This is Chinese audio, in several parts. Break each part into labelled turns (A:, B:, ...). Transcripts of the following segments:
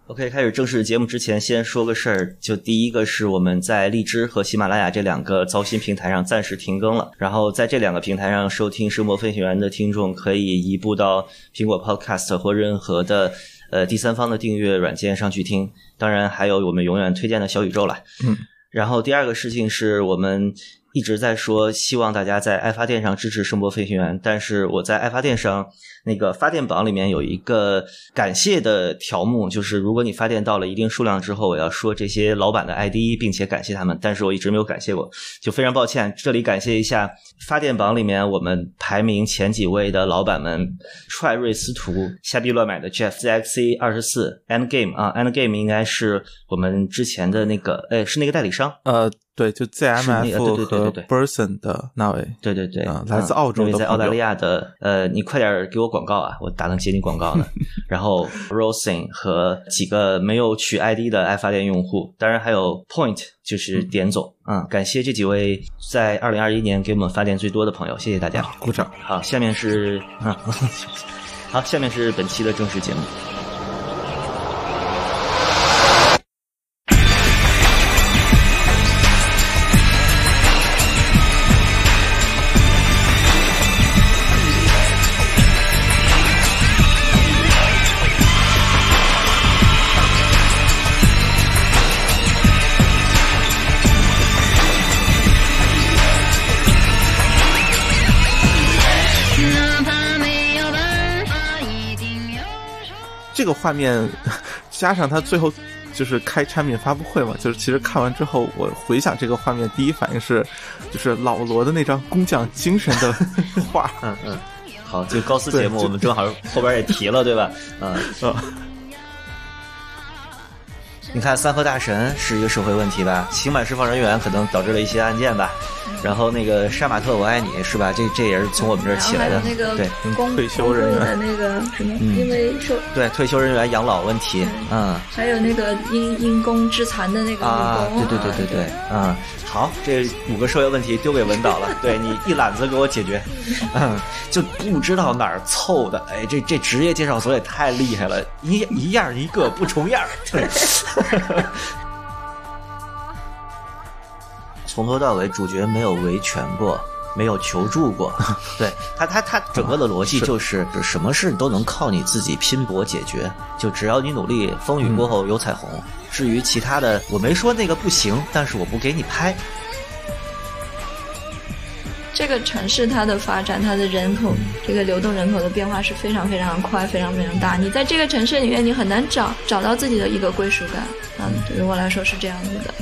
A: OK， 开始正式节目之前先说个事儿，就第一个是我们在荔枝和喜马拉雅这两个糟心平台上暂时停更了，然后在这两个平台上收听声波飞行员的听众可以移步到苹果 Podcast 或任何的第三方的订阅软件上去听，当然还有我们永远推荐的小宇宙啦。然后第二个事情是我们一直在说希望大家在爱发电上支持声波飞行员，但是我在爱发电上那个发电榜里面有一个感谢的条目，就是如果你发电到了一定数量之后，我要说这些老板的 ID 并且感谢他们，但是我一直没有感谢过，就非常抱歉。这里感谢一下发电榜里面我们排名前几位的老板们：踹瑞斯图、瞎逼乱买的 Jeff ZXC 24 Endgame 啊 Endgame 应该是我们之前的那个是那个代理商
B: 对，就 ZMF 和 Burson 的那位，
A: 对，
B: 来自澳洲的朋友，
A: 在澳大利亚的，你快点给我广告啊，我打算接你广告呢。然后 Rosin 和几个没有取 ID 的爱发电用户，当然还有 Point 就是点总，感谢这几位在2021年给我们发电最多的朋友，谢谢大家，
B: 鼓掌。
A: 好，下面是好，下面是本期的正式节目。
B: 这个画面加上他最后就是开产品发布会嘛，就是其实看完之后我回想这个画面，第一反应是就是老罗的那张工匠精神的画。
A: 好，就高斯节目我们正好后边也提了对吧？你看三河大神是一个社会问题吧，刑满释放人员可能导致了一些案件吧，然后那个杀马特我爱你是吧，这也是从我们这儿起来的。对，
B: 退休人员
C: 的那个什么，因为
A: 对退休人员养老问题，
C: 还有那个因公致残的那个
A: 对，好，这5个社会问题丢给文导了，对你一揽子给我解决，就不知道哪儿凑的，哎，这职业介绍所也太厉害了，一样一个不重样，对。从头到尾主角没有维权过，没有求助过，对他整个的逻辑就是什么事都能靠你自己拼搏解决，就只要你努力，风雨过后有彩虹。至于其他的，我没说那个不行，但是我不给你拍。
C: 这个城市它的发展，它的人口这个流动人口的变化是非常非常快，非常非常大。你在这个城市里面，你很难找到自己的一个归属感。对于我来说是这样子的。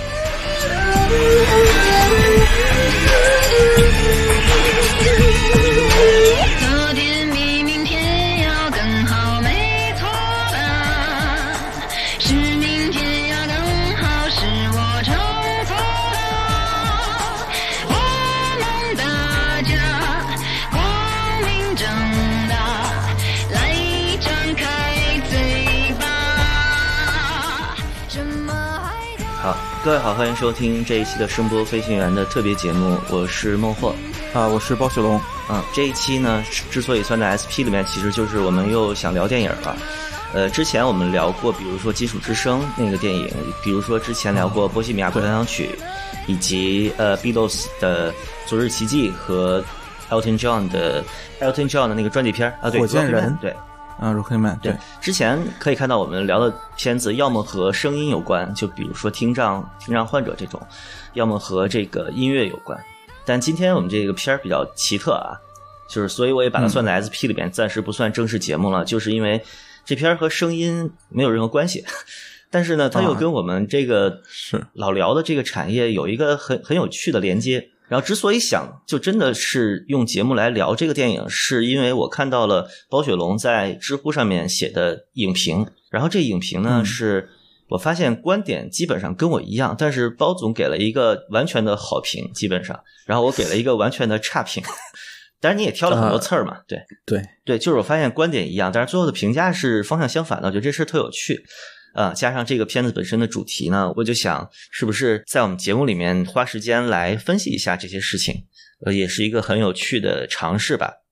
D: 昨天比明天要更好，没错吧？是明天要更好，是我冲错了。我们大家光明正大，来张开嘴巴。什么还
A: 好，各位好，欢迎收听这一期的声波飞行员的特别节目，我是孟获
B: 我是包雪龙。
A: 这一期呢之所以算在 SP 里面，其实就是我们又想聊电影了。之前我们聊过比如说金属之声那个电影，比如说之前聊过波西米亚狂想曲，以及Beatles 的昨日奇迹和 Elton John 的那个专辑片对，
B: 火箭人，
A: 对
B: Rocketman，
A: 对，之前可以看到我们聊的片子要么和声音有关，就比如说听障患者这种，要么和这个音乐有关。但今天我们这个片儿比较奇特啊，就是所以我也把它算在 SP 里边，暂时不算正式节目了，就是因为这片儿和声音没有任何关系，但是呢，它又跟我们这个老聊的这个产业有一个很有趣的连接。然后之所以想就真的是用节目来聊这个电影，是因为我看到了包雪龙在知乎上面写的影评，然后这影评呢是我发现观点基本上跟我一样，但是包总给了一个完全的好评基本上，然后我给了一个完全的差评。当然你也挑了很多刺儿嘛，对，就是我发现观点一样，但是最后的评价是方向相反的，我觉得这事特有趣。加上这个片子本身的主题呢，我就想是不是在我们节目里面花时间来分析一下这些事情，也是一个很有趣的尝试吧。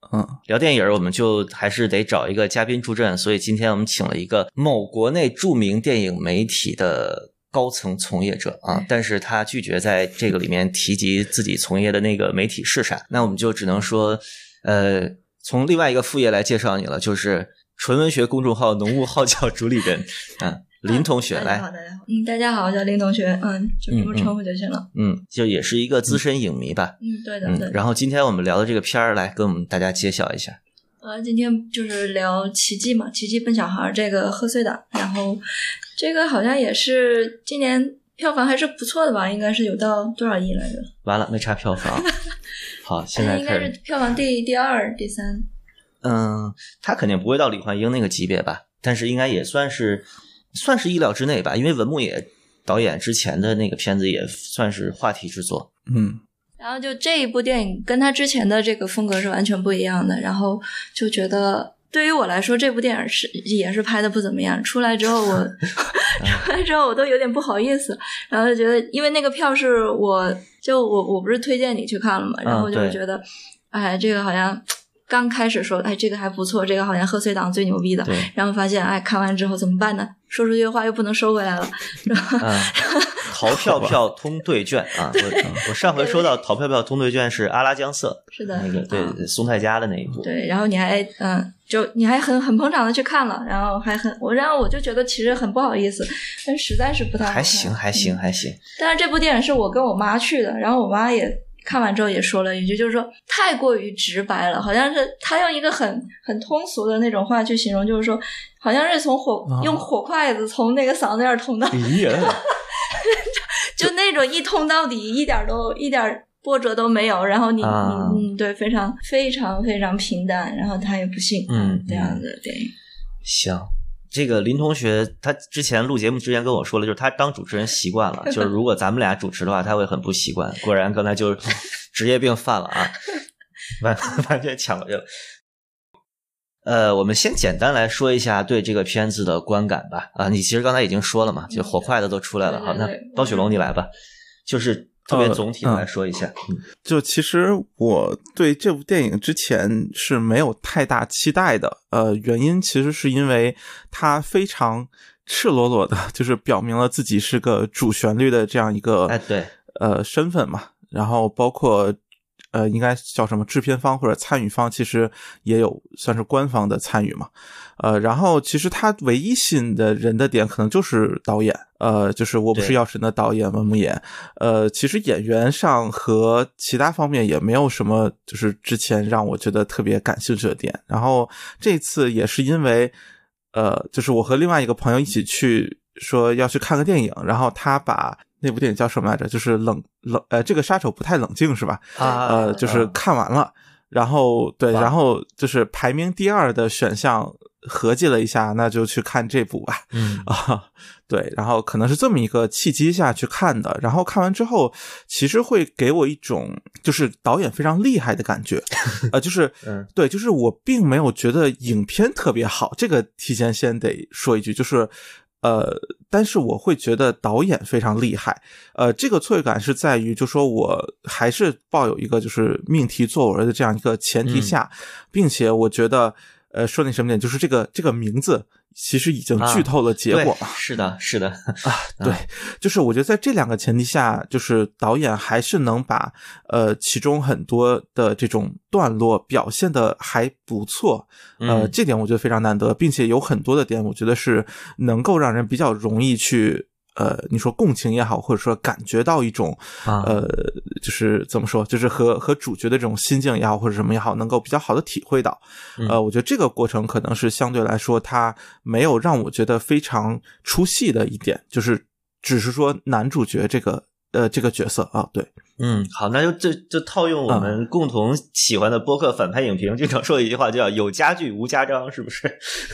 A: 聊电影我们就还是得找一个嘉宾助阵，所以今天我们请了一个某国内著名电影媒体的高层从业者啊，但是他拒绝在这个里面提及自己从业的那个媒体是啥，那我们就只能说从另外一个副业来介绍你了，就是纯文学公众号浓雾号角主理人林同学。来，
C: 大家好，我叫林同学，就这么称呼就行了。
A: 就也是一个资深影迷吧。
C: 对的。
A: 然后今天我们聊的这个片儿，来跟我们大家介绍一下。
C: 今天就是聊奇迹嘛，奇迹笨小孩这个贺岁档，然后这个好像也是今年票房还是不错的吧，应该是有到多少亿来着？
A: 完了，没查票房。好，现在
C: 应该是票房第二、第三。
A: 他肯定不会到李焕英那个级别吧，但是应该也算是意料之内吧，因为文牧野导演之前的那个片子也算是话题之作。
C: 然后就这一部电影跟他之前的这个风格是完全不一样的，然后就觉得对于我来说这部电影也是拍的不怎么样，出来之后我都有点不好意思，然后就觉得因为那个票是我不是推荐你去看了嘛，然后就觉得这个好像刚开始说这个还不错，这个好像贺岁档最牛逼的，然后发现看完之后怎么办呢？说出去的话又不能收回来了。
A: 淘票票通兑券啊！我上回说到淘票票通兑券是阿拉姜色，
C: 是的，
A: 那个对宋太家的那一部。
C: 对，然后你还你还很捧场的去看了，然后我就觉得其实很不好意思，但实在是不太好看。
A: 还行。
C: 但是这部电影是我跟我妈去的，然后我妈也看完之后也说了一句，就是说太过于直白了，好像是她用一个很通俗的那种话去形容，就是说好像是用火筷子从那个嗓子眼通到就那种一通到底，一点波折都没有，然后你对，非常非常非常平淡，然后他也不信这样的电影。
A: 行，这个林同学他之前录节目之前跟我说了，就是他当主持人习惯了，就是如果咱们俩主持的话他会很不习惯，果然刚才就职业病犯了啊，完全抢过去了。我们先简单来说一下对这个片子的观感吧。你其实刚才已经说了嘛，就火筷子都出来了。好，那包雪龙你来吧，就是特别总体的来说一下。
B: 就其实我对这部电影之前是没有太大期待的。原因其实是因为它非常赤裸裸的，就是表明了自己是个主旋律的这样一个身份嘛。然后包括应该叫什么制片方或者参与方，其实也有算是官方的参与嘛。然后其实他唯一吸引的人的点可能就是导演，就是我不是药神的导演文牧野。其实演员上和其他方面也没有什么就是之前让我觉得特别感兴趣的点。然后这次也是因为就是我和另外一个朋友一起去说要去看个电影，然后他把那部电影叫什么来着？就是这个杀手不太冷静是吧？就是看完了，然后对，然后就是排名第2的选项合计了一下，那就去看这部吧。对，然后可能是这么一个契机下去看的，然后看完之后其实会给我一种就是导演非常厉害的感觉。就是对，就是我并没有觉得影片特别好，这个提前先得说一句，就是但是我会觉得导演非常厉害。这个错觉感是在于就说我还是抱有一个就是命题作文的这样一个前提下，并且我觉得说那什么点，就是这个名字其实已经剧透了结果了。
A: 是的
B: 对，就是我觉得在这两个前提下，就是导演还是能把其中很多的这种段落表现的还不错。这点我觉得非常难得，并且有很多的点我觉得是能够让人比较容易去你说共情也好，或者说感觉到一种就是怎么说，就是和主角的这种心境也好或者什么也好，能够比较好的体会到。我觉得这个过程可能是相对来说它没有让我觉得非常出戏的一点，就是只是说男主角这个角色啊。对，
A: 好，那就套用我们共同喜欢的播客反派影评经常说的一句话，叫有家具无家章，是不是？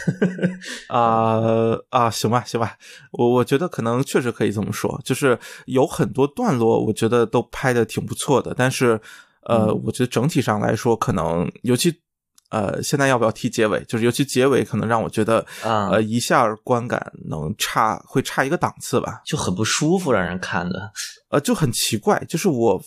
B: 行吧，我觉得可能确实可以这么说，就是有很多段落我觉得都拍得挺不错的，但是我觉得整体上来说可能尤其现在要不要提结尾，就是尤其结尾可能让我觉得一下观感会差一个档次吧，
A: 就很不舒服让人看的。
B: 就很奇怪，就是我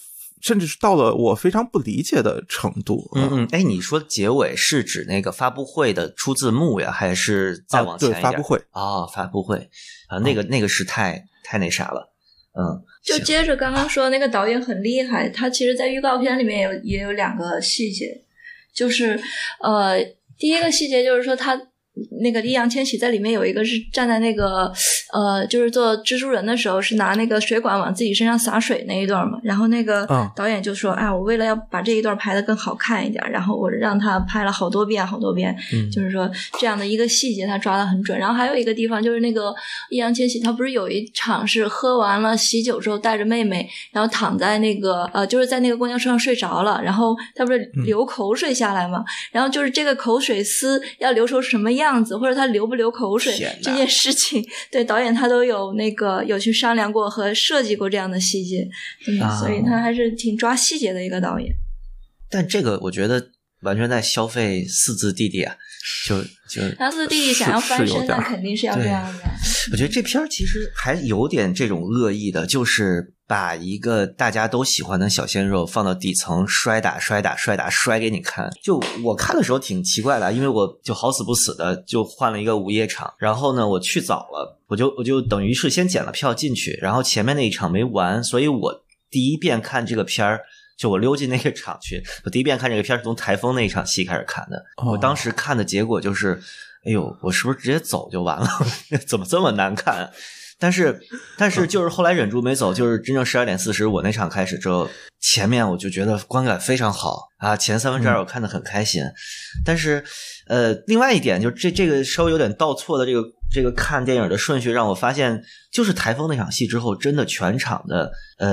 B: 甚至是到了我非常不理解的程度。
A: 哎，你说结尾是指那个发布会的出字幕呀，还是再往前一点？
B: 对，发布会
A: 发布会啊，那个是太那啥了。
C: 就接着刚刚说那个导演很厉害，他其实在预告片里面也有2个细节，就是第一个细节就是说他那个易烊千玺在里面有一个是站在那个就是做蜘蛛人的时候是拿那个水管往自己身上洒水那一段嘛，然后那个导演就说我为了要把这一段拍得更好看一点，然后我让他拍了好多遍，就是说这样的一个细节他抓得很准。然后还有一个地方就是那个易烊千玺他不是有一场是喝完了喜酒之后带着妹妹然后躺在那个就是在那个公交车上睡着了，然后他不是流口水下来嘛，然后就是这个口水丝要流成什么样子，或者他流不流口水这件事情，对导演他都有去商量过和设计过这样的细节，所以他还是挺抓细节的一个导演。
A: 但这个我觉得完全在消费四字弟弟啊，就
C: 他四字弟弟想要翻身那肯定是要这样的。
A: 我觉得这片其实还有点这种恶意的，就是把一个大家都喜欢的小鲜肉放到底层摔打给你看。就我看的时候挺奇怪的，因为我就好死不死的就换了一个午夜场，然后呢我去早了，我就等于是先捡了票进去，然后前面那一场没完，所以我第一遍看这个片儿，就我溜进那个场去，我第一遍看这个片是从台风那一场戏开始看的。我当时看的结果就是哎呦，我是不是直接走就完了怎么这么难看。但是就是后来忍住没走，就是真正12点40我那场开始之后，前面我就觉得观感非常好啊，前2/3我看得很开心。但是另外一点就这个稍微有点倒错的这个看电影的顺序让我发现，就是台风那场戏之后，真的全场的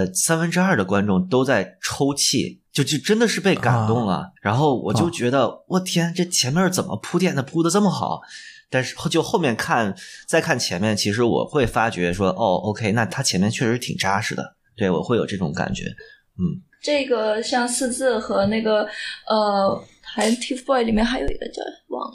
A: 2/3的观众都在抽泣，就真的是被感动了。然后我就觉得我天，这前面怎么铺垫的铺得这么好。但是就后面再看前面，其实我会发觉说OK， 那他前面确实挺扎实的，对，我会有这种感觉。
C: 这个像四字和那个还 TFBOY 里面还有一个叫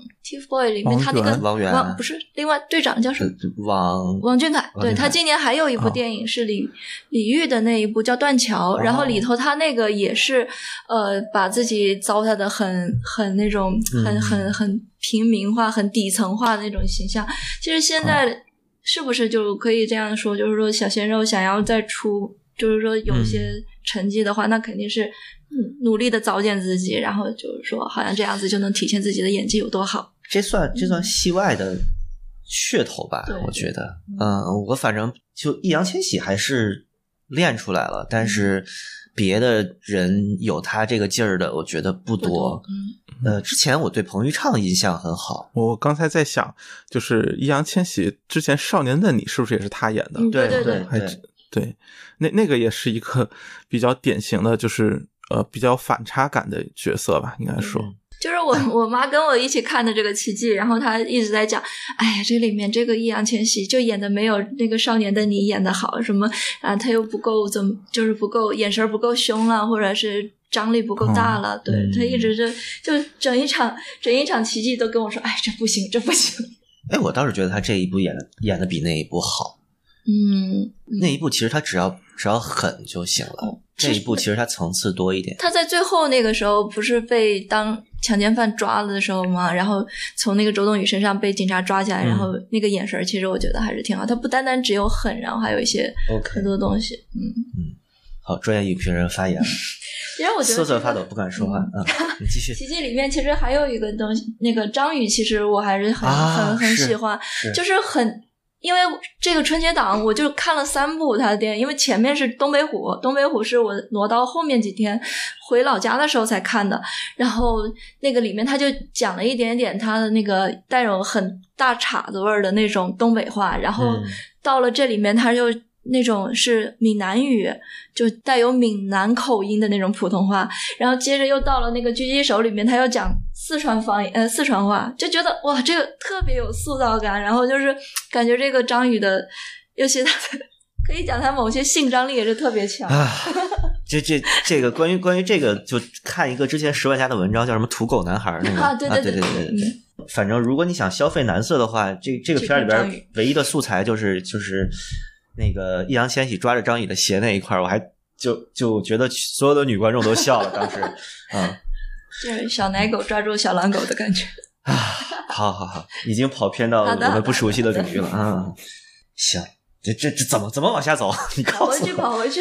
C: TFBOY 里面他那个
A: 王源
C: 不是另外队长叫什么
A: 王
C: 俊凯，对，他今年还有一部电影是李玉的那一部叫断桥，然后里头他那个也是把自己糟蹋的很那种很平民化很底层化的那种形象。其实现在是不是就可以这样说，就是说小鲜肉想要再出就是说有些成绩的话，那肯定是努力的糟践自己，然后就是说好像这样子就能体现自己的演技有多好。
A: 这算戏外的噱头吧，我觉得。我反正就易烊千玺还是练出来了，但是别的人有他这个劲儿的我觉得不多。之前我对彭昱畅印象很好。
B: 我刚才在想，就是易烊千玺之前《少年的你》是不是也是他演的？
C: 对，
B: 那个也是一个比较典型的，就是比较反差感的角色吧，应该说。
C: 就是我妈跟我一起看的这个奇迹，然后她一直在讲，哎呀，这里面这个易烊千玺就演的没有那个少年的你演的好，什么啊，他又不够就是不够眼神不够凶了，或者是张力不够大了，对，他一直就整一场奇迹都跟我说，哎，这不行。
A: 哎，我倒是觉得他这一部演的比那一部好。那一部其实他只要狠就行了，这一部其实他层次多一点。他
C: 在最后那个时候不是被当强奸犯抓了的时候吗？然后从那个周冬雨身上被警察抓起来，然后那个眼神其实我觉得还是挺好。他不单单只有狠，然后还有一些很多东西。
A: 好，专业影评人发言了。
C: 其实我觉得
A: 瑟瑟发抖不敢说话。你继续。
C: 奇迹里面其实还有一个东西，那个张宇其实我还是很喜欢，就是很。因为这个春节档我就看了3部他的电影，因为前面是东北虎是我挪到后面几天回老家的时候才看的，然后那个里面他就讲了一点点他的那个带有很大碴子味儿的那种东北话，然后到了这里面他就那种是闽南语，就带有闽南口音的那种普通话，然后接着又到了那个狙击手里面他又讲四川话，就觉得哇，这个特别有塑造感，然后就是感觉这个张宇的尤其他的可以讲他某些性张力也是特别强
A: 这个关于这个就看一个之前10万加的文章，叫什么土狗男孩那个对，反正如果你想消费男色的话，这个片里边唯一的素材就是那个易烊千玺抓着张宇的鞋那一块，我还就觉得所有的女观众都笑了，当时
C: 就是小奶狗抓住小狼狗的感觉
A: 啊。好，已经跑偏到我们不熟悉的领域了啊。行，这怎么往下走？你告诉我。
C: 跑回去。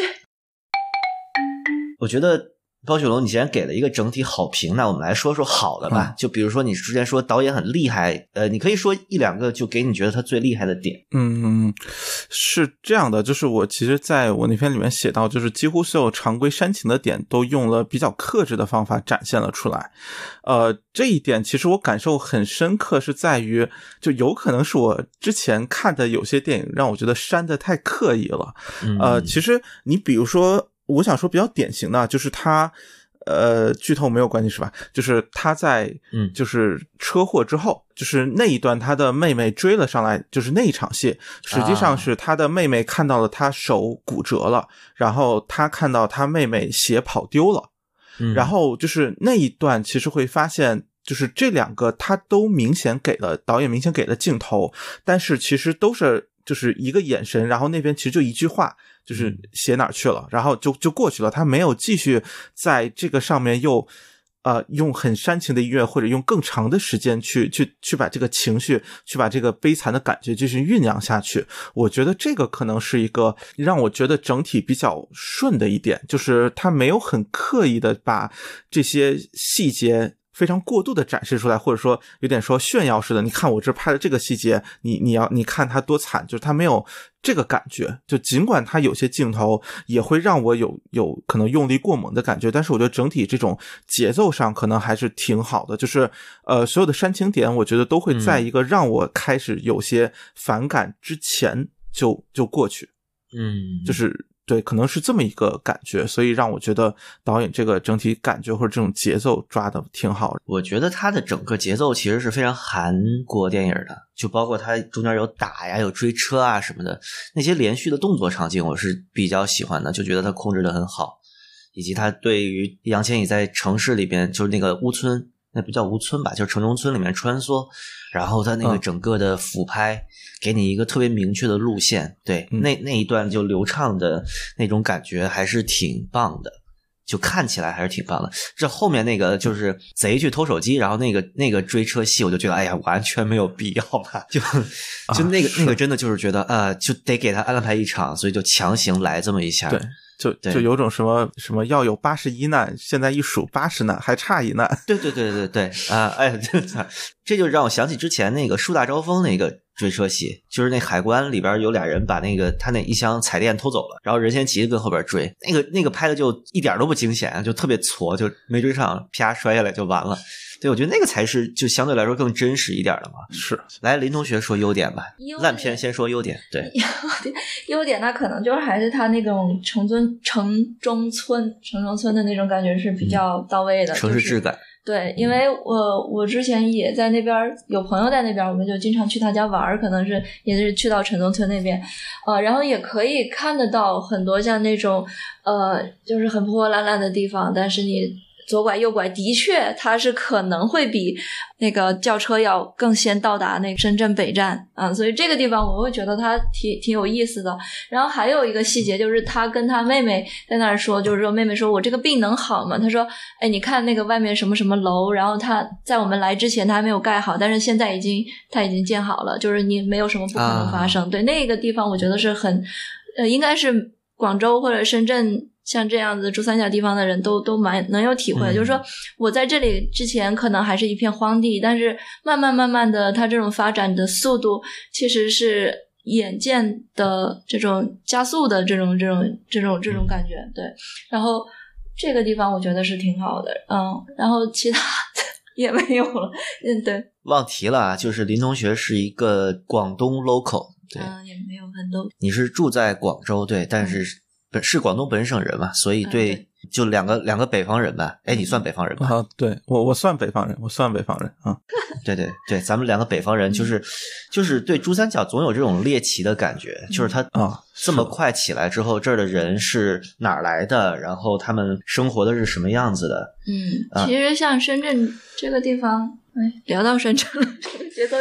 A: 我觉得包雪龙，你既然给了一个整体好评，那我们来说说好的吧。就比如说你之前说导演很厉害，你可以说一两个就给你觉得他最厉害的点。
B: 是这样的，就是我其实在我那篇里面写到，就是几乎所有常规煽情的点都用了比较克制的方法展现了出来。这一点其实我感受很深刻，是在于就有可能是我之前看的有些电影让我觉得煽得太刻意了。其实你比如说我想说比较典型的就是他剧透没有关系是吧，就是他在就是车祸之后，就是那一段他的妹妹追了上来，就是那一场戏实际上是他的妹妹看到了他手骨折了，然后他看到他妹妹鞋跑丢了，然后就是那一段其实会发现就是这两个他都导演明显给了镜头，但是其实都是就是一个眼神，然后那边其实就一句话，就是写哪儿去了，然后就过去了，他没有继续在这个上面又用很煽情的音乐或者用更长的时间去把这个情绪，去把这个悲惨的感觉继续酝酿下去。我觉得这个可能是一个让我觉得整体比较顺的一点，就是他没有很刻意的把这些细节非常过度的展示出来，或者说有点说炫耀似的，你看我这拍的这个细节，你看他多惨，就是他没有这个感觉。就尽管他有些镜头也会让我有可能用力过猛的感觉，但是我觉得整体这种节奏上可能还是挺好的，就是所有的煽情点我觉得都会在一个让我开始有些反感之前就过去。就是对，可能是这么一个感觉，所以让我觉得导演这个整体感觉或者这种节奏抓的挺好的。
A: 我觉得他的整个节奏其实是非常韩国电影的，就包括他中间有打呀有追车啊什么的，那些连续的动作场景我是比较喜欢的，就觉得他控制的很好，以及他对于易烊千玺在城市里边，就是那个乌村，那不叫乌村吧，就是城中村里面穿梭，然后他那个整个的俯拍给你一个特别明确的路线，对，那一段就流畅的那种感觉还是挺棒的，就看起来还是挺棒的。这后面那个就是贼去偷手机，然后那个追车戏，我就觉得哎呀完全没有必要吧，就那个真的就是觉得就得给他安排一场，所以就强行来这么一下。
B: 对，就有种什么要有81难，现在一数80难，还差1难。
A: 对这就让我想起之前那个树大招风那个追车戏，就是那海关里边有俩人把他那一箱彩电偷走了，然后任贤齐跟后边追，那个拍的就一点都不惊险，就特别挫，就没追上，啪摔下来就完了。对，我觉得那个才是就相对来说更真实一点的嘛。
B: 是，来
A: 林同学说优点吧，烂片先说优点。对，
C: 优点那可能就是还是他那种城中村的那种感觉是比较到位的，
A: 城市质感。
C: 对，因为我之前也在那边，有朋友在那边，我们就经常去他家玩，可能是也是去到城中村那边，然后也可以看得到很多像那种就是很破破烂烂的地方，但是你左拐右拐，的确它是可能会比那个轿车要更先到达那个深圳北站啊，所以这个地方我会觉得它挺有意思的。然后还有一个细节就是他跟他妹妹在那儿说，就是说妹妹说我这个病能好吗？他说哎你看那个外面什么什么楼，然后他在我们来之前他还没有盖好，但是现在他已经建好了，就是你没有什么不可能发生。对，那个地方我觉得是很应该是广州或者深圳像这样子珠三角地方的人都蛮能有体会的，就是说我在这里之前可能还是一片荒地，但是慢慢的它这种发展的速度其实是眼见的这种加速的这种感觉。对，然后这个地方我觉得是挺好的，然后其他的也没有了。对，
A: 忘提了啊，就是林同学是一个广东 local， 对，
C: 也没有很多。
A: 你是住在广州，对，但是是广东本省人嘛，所以对，就两个北方人吧。哎，你算北方人吧？
B: 对，我算北方人，啊。
A: 对，咱们两个北方人就是对珠三角总有这种猎奇的感觉，就是他这么快起来之后，这儿的人是哪儿来的，然后他们生活的是什么样子的。
C: 其实像深圳这个地方，聊到深圳了，这个节奏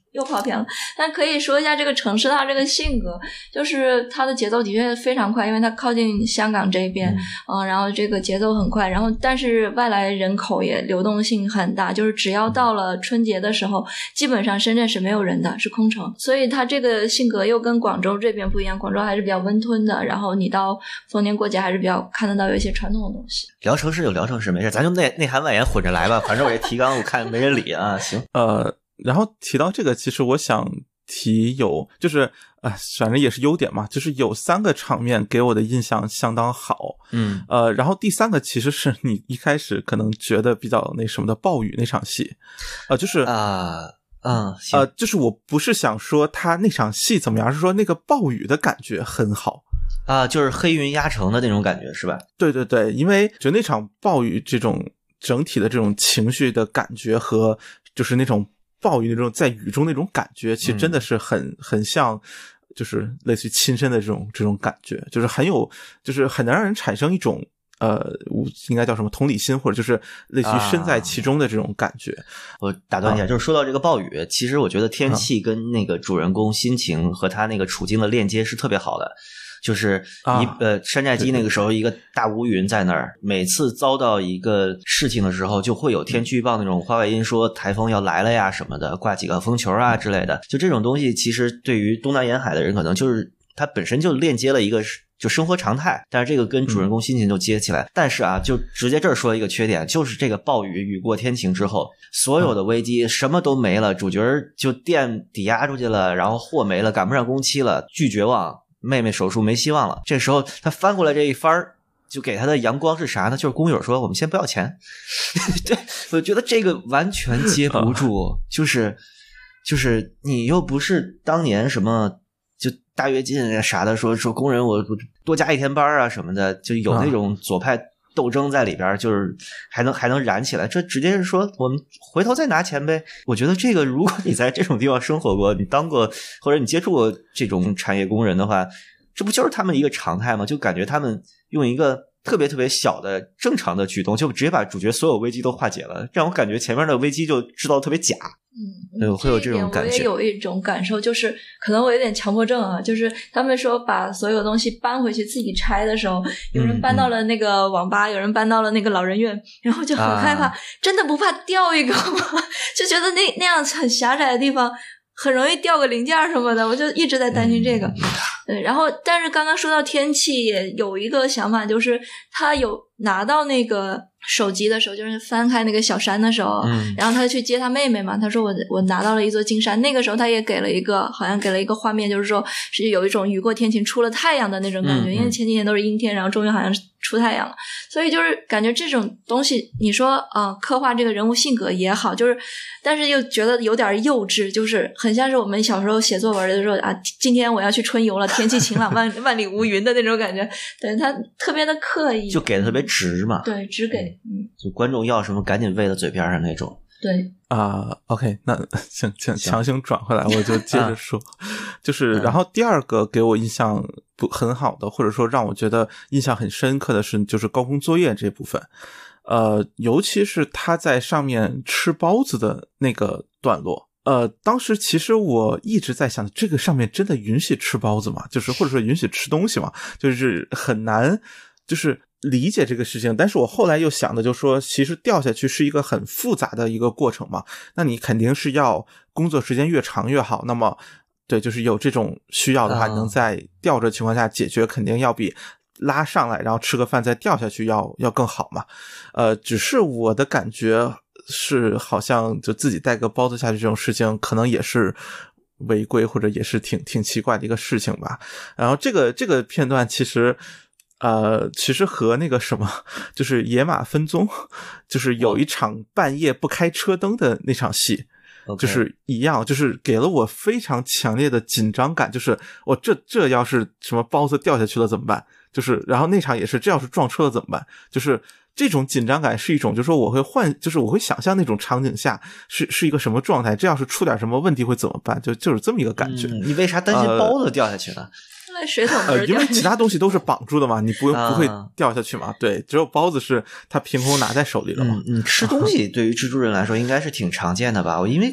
C: 又跑偏了。但可以说一下这个城市它这个性格，就是它的节奏的确非常快，因为它靠近香港这边，然后这个节奏很快，然后但是外来人口也流动性很大，就是只要到了春节的时候，基本上深圳是没有人的，是空城，所以它这个性格又跟广州这边不一样，广州还是比较温吞的，然后你到逢年过节还是比较看得到有一些传统的东西。
A: 聊城市有聊城市，没事，咱就内涵外延混着来吧，反正我这提纲我看没人理啊。行，
B: 然后提到这个，其实我想提就是反正也是优点嘛，就是有3个场面给我的印象相当好。然后第3个其实是你一开始可能觉得比较那什么的暴雨那场戏，就是就是我不是想说他那场戏怎么样，而是说那个暴雨的感觉很好。
A: 就是黑云压城的那种感觉是吧？
B: 对对对，因为就那场暴雨这种整体的这种情绪的感觉和就是那种暴雨那种在雨中那种感觉，其实真的是很像，就是类似于亲身的这种感觉，就是就是很能让人产生一种应该叫什么同理心，或者就是类似于身在其中的这种感觉。
A: 我打断一下，就是说到这个暴雨，其实我觉得天气跟那个主人公心情和他那个处境的链接是特别好的。就是山寨机那个时候一个大乌云在那儿，每次遭到一个事情的时候就会有天气预报那种话外音说台风要来了呀什么的，挂几个风球啊之类的，就这种东西其实对于东南沿海的人可能就是它本身就链接了一个就生活常态，但是这个跟主人公心情就接起来。但是就直接这儿说一个缺点，就是这个暴雨雨过天晴之后，所有的危机什么都没了，主角就电抵押出去了，然后货没了，赶不上工期了，巨绝望，妹妹手术没希望了。这时候他翻过来这一番就给他的阳光是啥呢？就是工友说我们先不要钱。对，我觉得这个完全接不住。就是你又不是当年什么就大跃进啥的，说工人我多加1天班啊什么的，就有那种左派斗争在里边，就是还能燃起来。这直接是说我们回头再拿钱呗。我觉得这个如果你在这种地方生活过，你当过或者你接触过这种产业工人的话，这不就是他们一个常态吗？就感觉他们用一个特别特别小的正常的举动就直接把主角所有危机都化解了，让我感觉前面的危机就制造特别假。会有这种感觉。
C: 我也有一种感受，就是可能我有点强迫症啊，就是他们说把所有东西搬回去自己拆的时候，有人搬到了那个网吧，有人搬到了那个老人院，然后就很害怕，真的不怕掉一个吗？就觉得那样很狭窄的地方很容易掉个零件什么的，我就一直在担心这个。对，然后但是刚刚说到天气，也有一个想法，就是他有拿到那个手机的时候，就是翻开那个小山的时候，然后他去接他妹妹嘛，他说我拿到了一座金山。那个时候他也给了一个，好像给了一个画面，就是说是有一种雨过天晴出了太阳的那种感觉，因为前几天都是阴天，然后终于好像出太阳了，所以就是感觉这种东西，你说刻画这个人物性格也好，就是但是又觉得有点幼稚，就是很像是我们小时候写作文的时候今天我要去春游了，天气晴朗万里无云的那种感觉。对，他特别的刻意，
A: 就给的特别直嘛。
C: 对，直给，
A: 就观众要什么赶紧喂到嘴边上那种。
C: 对
B: OK， 那请强行转回来，我就接着说。就是然后第二个给我印象很好的，或者说让我觉得印象很深刻的是，就是高空作业这部分。尤其是他在上面吃包子的那个段落。当时其实我一直在想，这个上面真的允许吃包子吗？就是或者说允许吃东西吗？就是很难就是理解这个事情。但是我后来又想的就是说，其实掉下去是一个很复杂的一个过程嘛，那你肯定是要工作时间越长越好，那么对，就是有这种需要的话，能在吊着情况下解决，肯定要比拉上来然后吃个饭再掉下去要更好嘛。只是我的感觉是好像就自己带个包子下去这种事情可能也是违规，或者也是挺奇怪的一个事情吧。然后这个片段其实和那个什么就是野马分鬃，就是有一场半夜不开车灯的那场戏就是一样，就是给了我非常强烈的紧张感，就是我这要是什么包子掉下去了怎么办，就是然后那场也是这要是撞车了怎么办，就是这种紧张感是一种就是说我会想象那种场景下是一个什么状态，这要是出点什么问题会怎么办，就是这么一个感觉。
A: 你为啥担心包子掉下去呢？
C: 水桶不是
B: 因为其他东西都是绑住的嘛，你不会掉下去嘛。对，只有包子是它凭空拿在手里了嘛。
A: 吃东西对于蜘蛛人来说应该是挺常见的吧？因为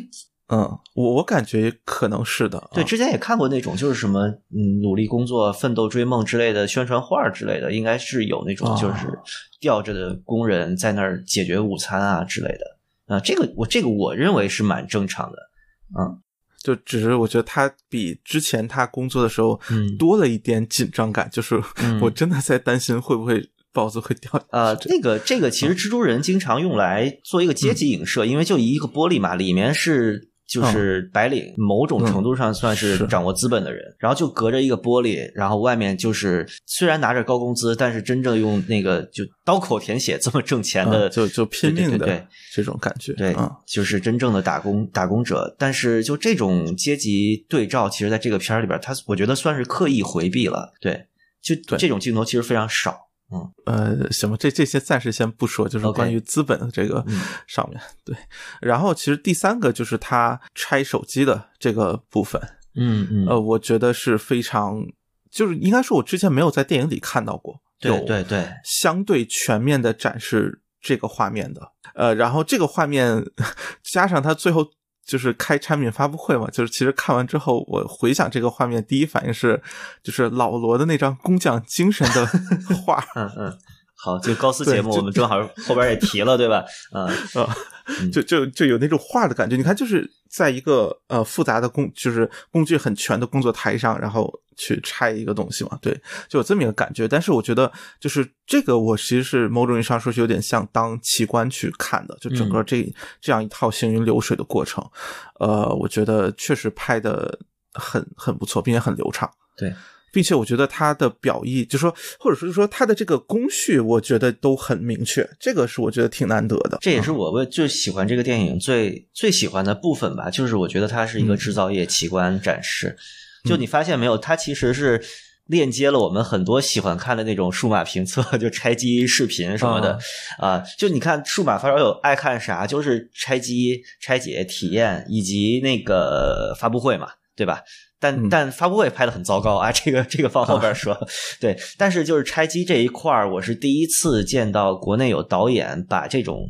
B: 我感觉可能是的。
A: 对，之前也看过那种就是什么努力工作、奋斗追梦之类的宣传画之类的，应该是有那种就是吊着的工人在那儿解决午餐啊之类的。这个我认为是蛮正常的。
B: 就只是我觉得他比之前他工作的时候多了一点紧张感，就是我真的在担心会不会包子会掉下去。
A: 这个其实蜘蛛人经常用来做一个阶级影射，因为就一个玻璃嘛，里面是就是白领，某种程度上算是掌握资本的人，然后就隔着一个玻璃，然后外面就是虽然拿着高工资，但是真正用那个就刀口舔血这么挣钱的，
B: 就拼命的
A: 对
B: 这种感觉，
A: 对，就是真正的打工者。但是就这种阶级对照，其实在这个片儿里边，我觉得算是刻意回避了。对，就这种镜头其实非常少。
B: 行吧，这些暂时先不说，就是关于资本的这个上面。对，然后其实第三个就是他拆手机的这个部分。我觉得是非常，就是应该说我之前没有在电影里看到过，
A: 对，
B: 相对全面的展示这个画面的。然后这个画面加上他最后就是开产品发布会嘛，就是其实看完之后我回想这个画面，第一反应是就是老罗的那张工匠精神的画。
A: 好，就高斯节目我们正好后边也提了，对吧？
B: 就有那种画的感觉。你看，就是在一个复杂的就是工具很全的工作台上，然后去拆一个东西嘛，对，就有这么一个感觉。但是我觉得就是这个我其实是某种意义上说是有点像当奇观去看的，就整个这样一套行云流水的过程。我觉得确实拍的很不错，并且很流畅。
A: 对，
B: 并且我觉得他的表意就是说，或者说是说他的这个工序我觉得都很明确，这个是我觉得挺难得的。
A: 这也是我最喜欢这个电影最喜欢的部分吧，就是我觉得它是一个制造业奇观展示。就你发现没有，它其实是链接了我们很多喜欢看的那种数码评测，就拆机视频什么的就你看数码发烧友爱看啥，就是拆机、拆解、体验以及那个发布会嘛，对吧？但发布会拍得很糟糕啊，这个放后边说。对，但是就是拆机这一块我是第一次见到国内有导演把这种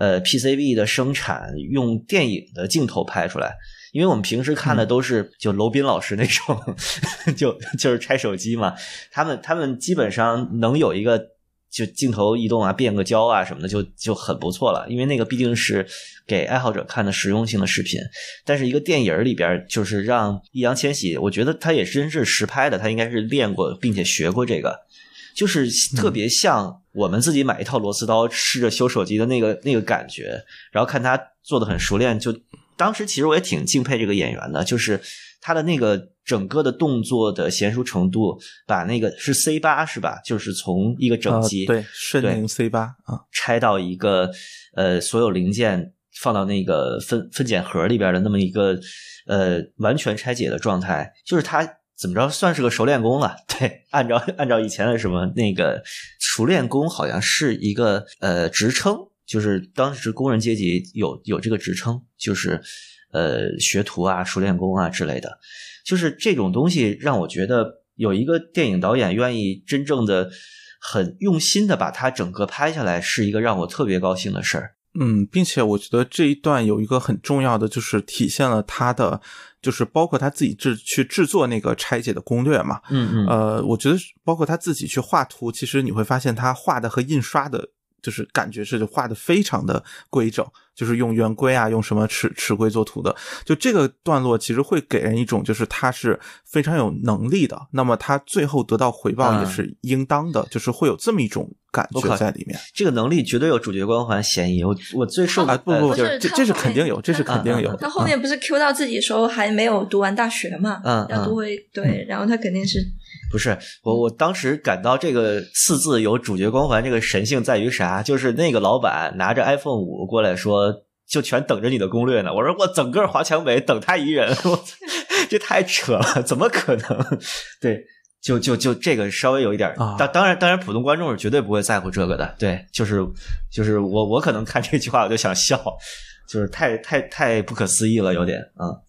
A: PCB 的生产用电影的镜头拍出来。因为我们平时看的都是就娄斌老师那种就是拆手机嘛，他们基本上能有一个就镜头移动啊、变个焦啊什么的就很不错了，因为那个毕竟是给爱好者看的实用性的视频。但是一个电影里边就是让易烊千玺，我觉得他也真是实拍的，他应该是练过并且学过这个，就是特别像我们自己买一套螺丝刀试着修手机的那个感觉，然后看他做的很熟练。就当时其实我也挺敬佩这个演员的，就是他的那个整个的动作的娴熟程度，把那个是 C8 是吧，就是从一个整机
B: 对申宁 C8
A: 拆到一个所有零件放到那个分拣盒里边的那么一个完全拆解的状态，就是他怎么着算是个熟练工了。对，按照以前的什么那个熟练工好像是一个职称，就是当时工人阶级有这个职称，就是学徒啊、熟练工啊之类的。就是这种东西让我觉得有一个电影导演愿意真正的很用心的把它整个拍下来，是一个让我特别高兴的事儿。
B: 并且我觉得这一段有一个很重要的，就是体现了他的，就是包括他自己去制作那个拆解的攻略嘛。我觉得包括他自己去画图，其实你会发现他画的和印刷的就是感觉是画的非常的规整，就是用圆规啊，用什么尺规作图的。就这个段落其实会给人一种就是他是非常有能力的，那么他最后得到回报也是应当的，就是会有这么一种感觉在里面。
A: 这个能力绝对有主角光环嫌疑。我最受
B: 不，这是肯定有，这是肯定有。
C: 他后面不是 Q 到自己说还没有读完大学嘛，要读回对，然后他肯定是
A: 不是我当时感到这个四字有主角光环这个神性在于啥？就是那个老板拿着 iPhone 5过来说，就全等着你的攻略呢。我说我整个华强北等他一人，这太扯了，怎么可能？对，就这个稍微有一点当然普通观众是绝对不会在乎这个的。对，就是我可能看这句话我就想笑，就是太不可思议了，有点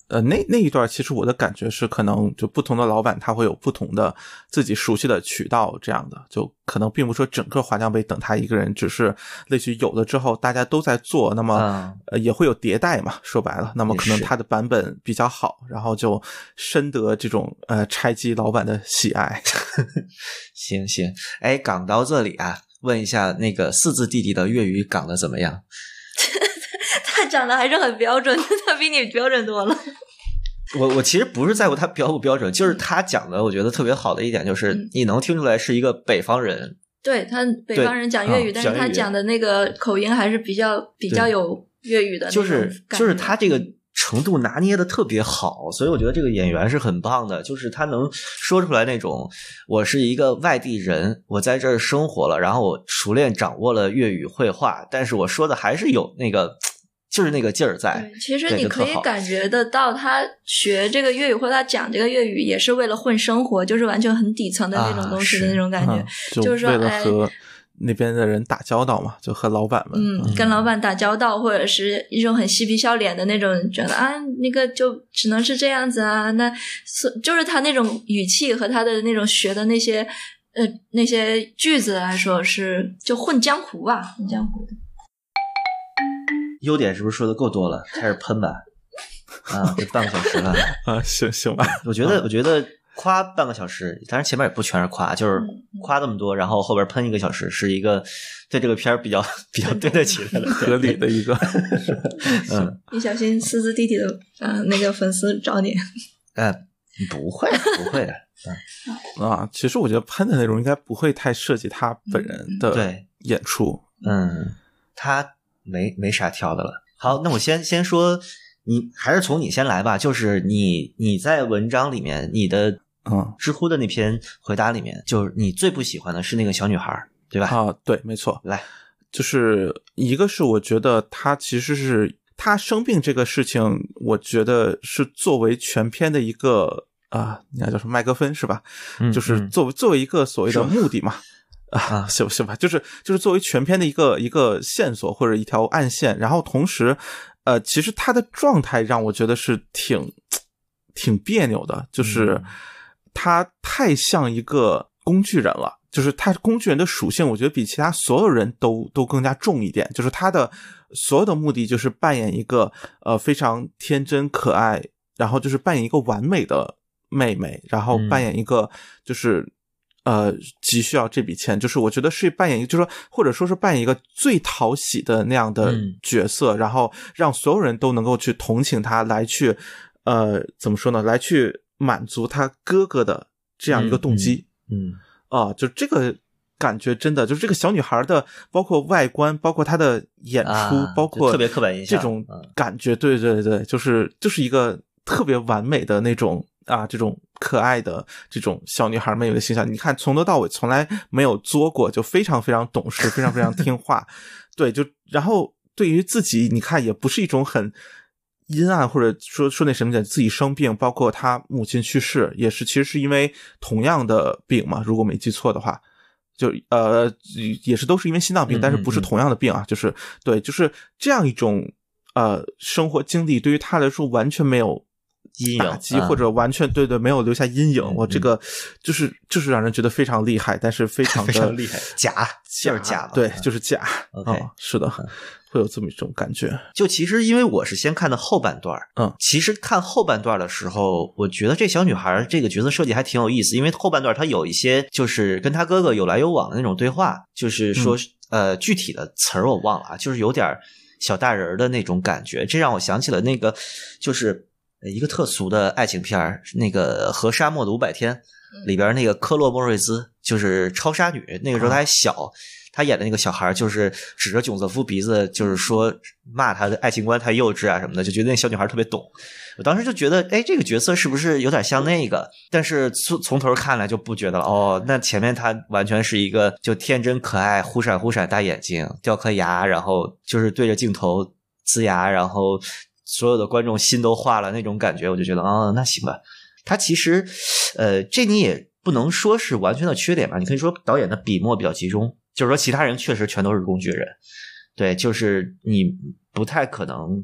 B: 那一段其实我的感觉是，可能就不同的老板他会有不同的自己熟悉的渠道这样的，就可能并不说整个华强北等他一个人，只是类似于有了之后大家都在做，那么也会有迭代嘛，说白了，那么可能他的版本比较好，然后就深得这种拆机老板的喜爱。
A: 行，哎，讲到这里啊，问一下那个四字弟弟的粤语讲的怎么样？
C: 他讲的还是很标准的，他比你标准多了。
A: 我其实不是在乎他标不标准，就是他讲的我觉得特别好的一点就是你能听出来是一个北方人。
C: 对，他北方人讲粤语，但是他讲的那个口音还是比较有粤语的那种感觉，
A: 就是他这个程度拿捏的特别好，所以我觉得这个演员是很棒的，就是他能说出来那种我是一个外地人，我在这儿生活了，然后我熟练掌握了粤语绘画，但是我说的还是有那个就是那个劲儿在。
C: 对，其实你可以感觉得到他学这个粤语或者他讲这个粤语也是为了混生活，就是完全很底层的那种东西的那种感觉，
B: 就是说为了和那边的人打交道嘛，就和老板们
C: 跟老板打交道，或者是一种很嬉皮笑脸的那种，觉得啊那个就只能是这样子啊，那就是他那种语气和他的那种学的那些句子来说是就混江湖吧，混江湖的。
A: 优点是不是说的够多了？开始喷吧。啊，这半个小时了
B: 啊，行吧。
A: 我觉得夸半个小时，当然前面也不全是夸，就是夸那么多，然后后边喷1个小时，是一个对这个片儿比较对得起来的
B: 合理的一个。
C: 你小心四字弟弟的那个粉丝找你。
A: 不会的。
B: 其实我觉得喷的内容应该不会太涉及他本人的演出。
A: 他没啥挑的了。好，那我先说，你还是从你先来吧。就是你在文章里面，你的知乎的那篇回答里面，就是你最不喜欢的是那个小女孩，对吧？
B: 对，没错。
A: 来，
B: 就是一个是我觉得他其实是他生病这个事情，我觉得是作为全片的一个应该叫什么麦克风是吧？就是作为一个所谓的目的嘛。行吧，就是作为全片的一个线索或者一条暗线，然后同时其实他的状态让我觉得是挺别扭的，就是他太像一个工具人了，就是他工具人的属性我觉得比其他所有人都更加重一点，就是他的所有的目的就是扮演一个非常天真可爱，然后就是扮演一个完美的妹妹，然后扮演一个就是急需要这笔钱，就是我觉得是扮演一个，就是说或者说是扮演一个最讨喜的那样的角色，然后让所有人都能够去同情他，来去怎么说呢，来去满足他哥哥的这样一个动机。就这个感觉真的就是这个小女孩的，包括外观，包括她的演出，包括
A: 特别刻板印象
B: 这种感觉，对，就是一个特别完美的那种这种可爱的这种小女孩妹妹的形象，你看从头到尾从来没有作过，就非常非常懂事，非常非常听话。对，就然后对于自己你看也不是一种很阴暗，或者说那什么的，自己生病，包括他母亲去世也是其实是因为同样的病嘛，如果没记错的话，就也是都是因为心脏病，但是不是同样的病啊，就是对，就是这样一种生活经历对于他来说完全没有打击，或者完全对没有留下阴影。我这个就是让人觉得非常厉害，但是非常的
A: 厉害，假就是假嘛，
B: 对，就是假。
A: OK，
B: 是的，会有这么一种感觉。
A: 就其实因为我是先看的后半段，其实看后半段的时候，我觉得这小女孩这个角色设计还挺有意思，因为后半段她有一些就是跟她哥哥有来有往的那种对话，就是说具体的词儿我忘了啊，就是有点小大人的那种感觉，这让我想起了那个就是一个特俗的爱情片，那个《和沙漠的500天》里边那个科洛莫瑞兹，就是超杀女，那个时候她还小，她演的那个小孩就是指着囧瑟夫鼻子，就是说骂他的爱情观太幼稚啊什么的，就觉得那小女孩特别懂。我当时就觉得这个角色是不是有点像那个，但是从头看来就不觉得了。那前面她完全是一个就天真可爱，忽闪忽闪大眼睛，掉颗牙，然后就是对着镜头呲牙，然后所有的观众心都化了那种感觉，我就觉得那行吧。他其实这你也不能说是完全的缺点吧，你可以说导演的笔墨比较集中，就是说其他人确实全都是工具人，对，就是你不太可能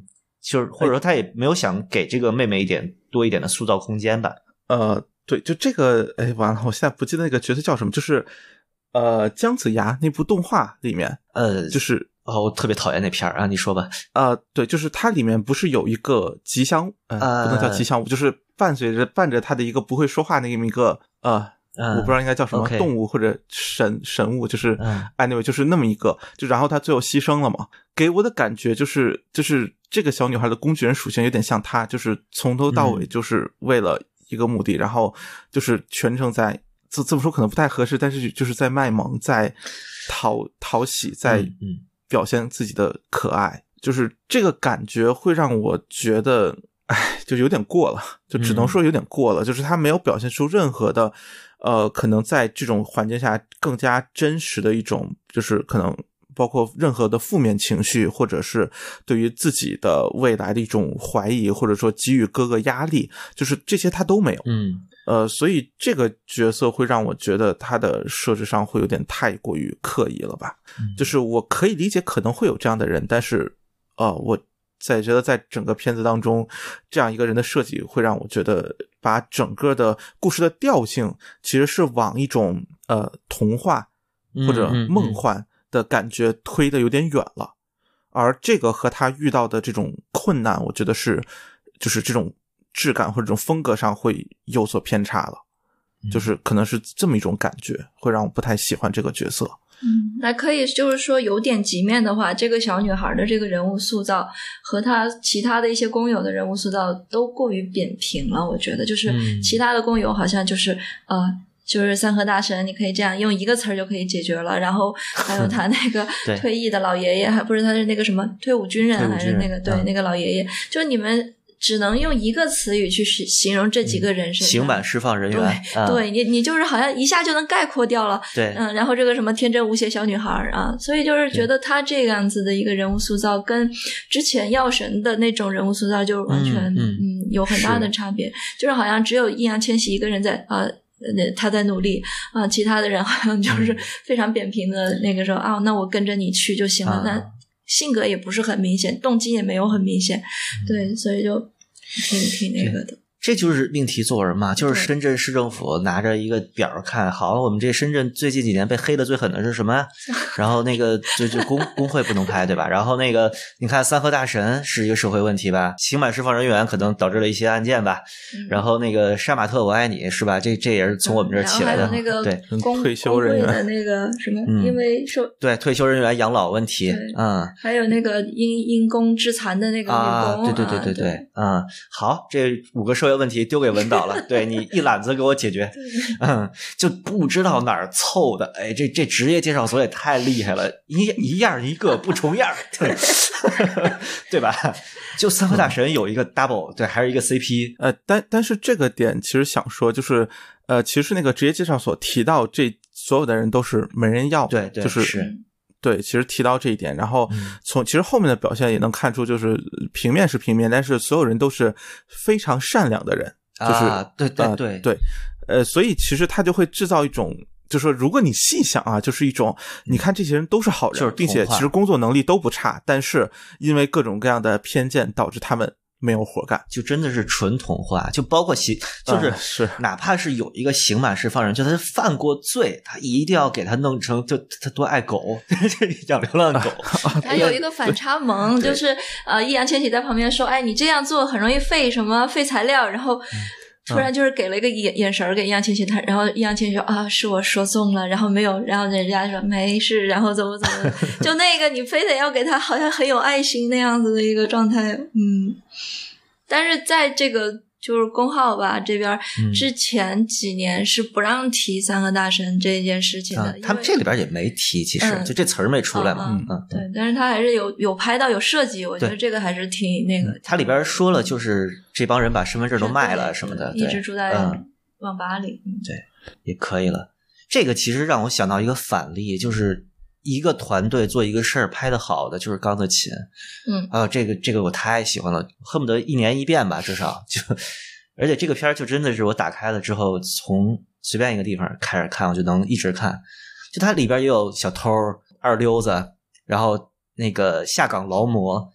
A: 就是或者说他也没有想给这个妹妹多一点的塑造空间吧。
B: 对，就这个，完了，我现在不记得那个角色叫什么，就是姜子牙那部动画里面，就是
A: 我特别讨厌那片儿啊，你说吧。
B: 对，就是它里面不是有一个吉祥，不能叫吉祥物，就是伴着他的一个不会说话那么一个我不知道应该叫什么动物或者神物，就是anyway 就是那么一个，就然后他最后牺牲了嘛，给我的感觉就是这个小女孩的工具人属性有点像她，就是从头到尾就是为了一个目的，然后就是全程在这么说可能不太合适，但是就是在卖萌，在讨喜，在表现自己的可爱，就是这个感觉会让我觉得就有点过了，就只能说有点过了，就是他没有表现出任何的可能在这种环境下更加真实的一种，就是可能包括任何的负面情绪，或者是对于自己的未来的一种怀疑，或者说给予哥哥压力，就是这些他都没有。所以这个角色会让我觉得他的设置上会有点太过于刻意了吧。就是我可以理解可能会有这样的人，但是我觉得在整个片子当中这样一个人的设计会让我觉得把整个的故事的调性其实是往一种童话或者梦幻的感觉推得有点远了，而这个和他遇到的这种困难我觉得就是这种质感或者这种风格上会有所偏差了，就是可能是这么一种感觉会让我不太喜欢这个角色。
C: 那可以就是说有点极面的话，这个小女孩的这个人物塑造和她其他的一些工友的人物塑造都过于扁平了，我觉得就是其他的工友好像就是就是三河大神，你可以这样用一个词儿就可以解决了，然后还有他那个退役的老爷爷，还不是他是那个什么退伍军人还是那个那个老爷爷，就是你们只能用一个词语去形容这几个人身上，
A: 刑满释放人员。
C: 对，你就是好像一下就能概括掉了。
A: 对，
C: 然后这个什么天真无邪小女孩啊，所以就是觉得他这样子的一个人物塑造，跟之前药神的那种人物塑造就完全有很大的差别，就是好像只有易烊千玺一个人在他在努力其他的人好像就是非常扁平的那个说那我跟着你去就行了，那性格也不是很明显，动机也没有很明显，对，所以就挺那个的。
A: 这就是命题作文嘛，就是深圳市政府拿着一个表看，好，我们这深圳最近几年被黑的最狠的是什么？然后那个就工会不能开，对吧？然后那个你看三河大神是一个社会问题吧，刑满释放人员可能导致了一些案件吧，然后那个杀马特我爱你是吧？这也是从我们这儿起来的。
C: 那个
A: 对，
B: 退休人员
C: 的那个什么，因为
A: 对退休人员养老问题，
C: 还有那个因公致残的那个女工
A: 对，好，这5个社会问题丢给文导了，对你一揽子给我解决，就不知道哪儿凑的，这职业介绍所也太厉害了，一样一个不重样，对吧？就三河大神有一个 double， 对，还是一个 CP，
B: 但是这个点其实想说，就是其实那个职业介绍所提到这所有的人都是没人要，
A: 对，
B: 就是对，其实提到这一点，然后其实后面的表现也能看出，就是平面是平面，但是所有人都是非常善良的人，就是对，所以其实他就会制造一种，就是说如果你细想就是一种，你看这些人都是好人，
A: 就是
B: 并且其实工作能力都不差，但是因为各种各样的偏见导致他们没有活干，
A: 就真的是纯童话，就包括就是哪怕是有一个刑满释放人，就他犯过罪，他一定要给他弄成就他多爱狗，养流浪狗。
C: 他有一个反差萌，就是易烊千玺在旁边说，你这样做很容易废材料，然后突然就是给了一个眼神给易烊千玺，然后易烊千玺说是我说中了，然后没有，然后人家说没事，然后怎么就那个你非得要给他好像很有爱心那样子的一个状态，但是在这个就是公号吧这边之前几年是不让提三河大神这件事情的，
A: 他们这里边也没提，其实就这词儿没出来嘛，
C: 对，但是他还是有拍到有设计，我觉得这个还是挺那个。
A: 他里边说了，就是这帮人把身份证都卖了什么的，
C: 一直住在网吧里，
A: 对，也可以了。这个其实让我想到一个反例，就是一个团队做一个事儿拍得好的，就是钢的琴，这个我太喜欢了，恨不得1年1遍吧，至少就，而且这个片儿就真的是我打开了之后，从随便一个地方开始看，我就能一直看。就它里边也有小偷、二溜子，然后那个下岗劳模，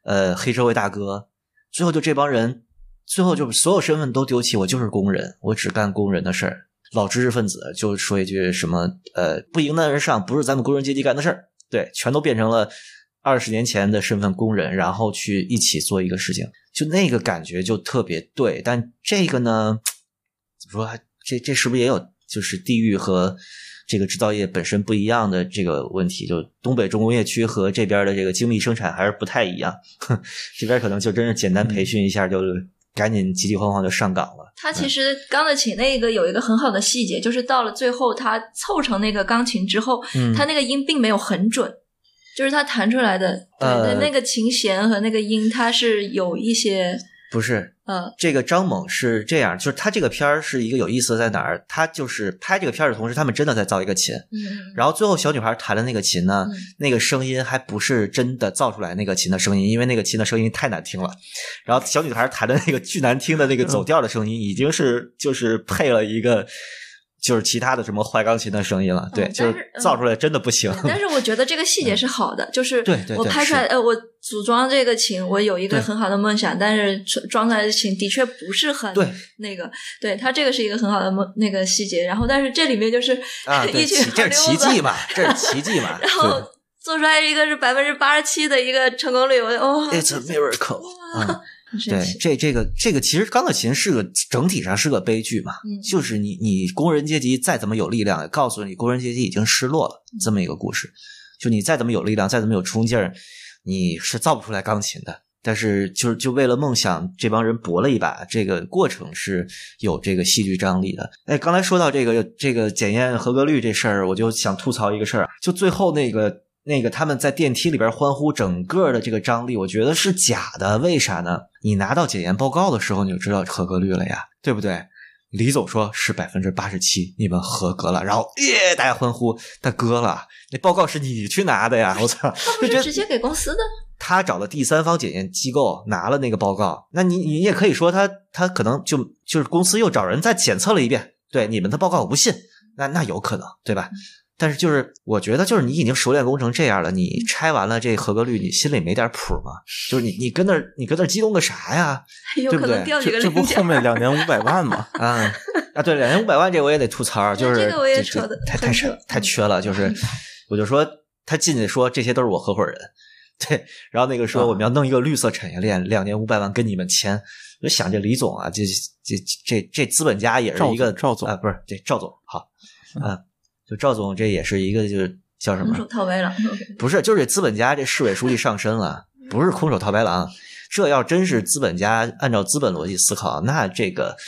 A: 黑社会大哥，最后就这帮人，最后就所有身份都丢弃，我就是工人，我只干工人的事儿。老知识分子就说一句什么不迎难而上，不是咱们工人阶级干的事儿，对，全都变成了20年前的身份工人，然后去一起做一个事情，就那个感觉就特别对。但这个呢，怎么说，这是不是也有就是地域和这个制造业本身不一样的这个问题，就东北重工业区和这边的这个精密生产还是不太一样，这边可能就真是简单培训一下就赶紧急急慌慌就上岗了。
C: 他其实钢的琴那个有一个很好的细节，就是到了最后他凑成那个钢琴之后，他那个音并没有很准，就是他弹出来的对那个琴弦和那个音它是有一些
A: 不是，这个张猛是这样，就是他这个片儿是一个有意思在哪儿？他就是拍这个片儿的同时，他们真的在造一个琴，然后最后小女孩弹的那个琴呢，那个声音还不是真的造出来那个琴的声音，因为那个琴的声音太难听了。然后小女孩弹的那个巨难听的那个走调的声音，已经是就是配了一个。就是其他的什么坏钢琴的声音了，对，就是造出来真的不行。
C: 但是我觉得这个细节是好的，就是我拍出来，我组装这个琴，我有一个很好的梦想，但是装出来的琴的确不是很那个，对，它这个是一个很好的那个细节。然后，但是这里面就是一群
A: 这是奇迹嘛，这是奇迹嘛。
C: 然后做出来一个是87%的一个成功率，
A: It's a miracle 对，这个其实钢的琴是个整体上是个悲剧嘛，就是你工人阶级再怎么有力量，告诉你工人阶级已经失落了，这么一个故事。就你再怎么有力量，再怎么有冲劲儿，你是造不出来钢琴的。但是就为了梦想，这帮人搏了一把，这个过程是有这个戏剧张力的。哎，刚才说到这个检验合格率这事儿，我就想吐槽一个事儿，就最后那个他们在电梯里边欢呼，整个的这个张力我觉得是假的。为啥呢？你拿到检验报告的时候你就知道合格率了呀，对不对？李总说是87%，你们合格了，然后大家欢呼。大哥了，那报告是你去拿的呀，我操！
C: 他不是直接给公司的？
A: 他找了第三方检验机构拿了那个报告，那你也可以说他可能就是公司又找人再检测了一遍，对你们的报告我不信，那有可能，对吧？但是就是我觉得就是你已经熟练工成这样了，你拆完了这合格率，你心里没点谱吗？就是你跟那儿激动个啥呀？
C: 有可能掉几个零件。
B: 这不后面2年500万吗？
A: 对，2年500万这我也得吐槽，就是
C: 这个我也扯的
A: 太缺了，就是我就说他进去说这些都是我合伙人，对，然后那个说我们要弄一个绿色产业链，2年500万跟你们签。我就想这李总啊，这资本家也是一个
B: 赵总
A: 不是这赵总好就赵总这也是一个就是叫什么空
C: 手套白狼，
A: 不是，就是这资本家这市委书记上身了，不是空手套白狼。这要真是资本家按照资本逻辑思考，那这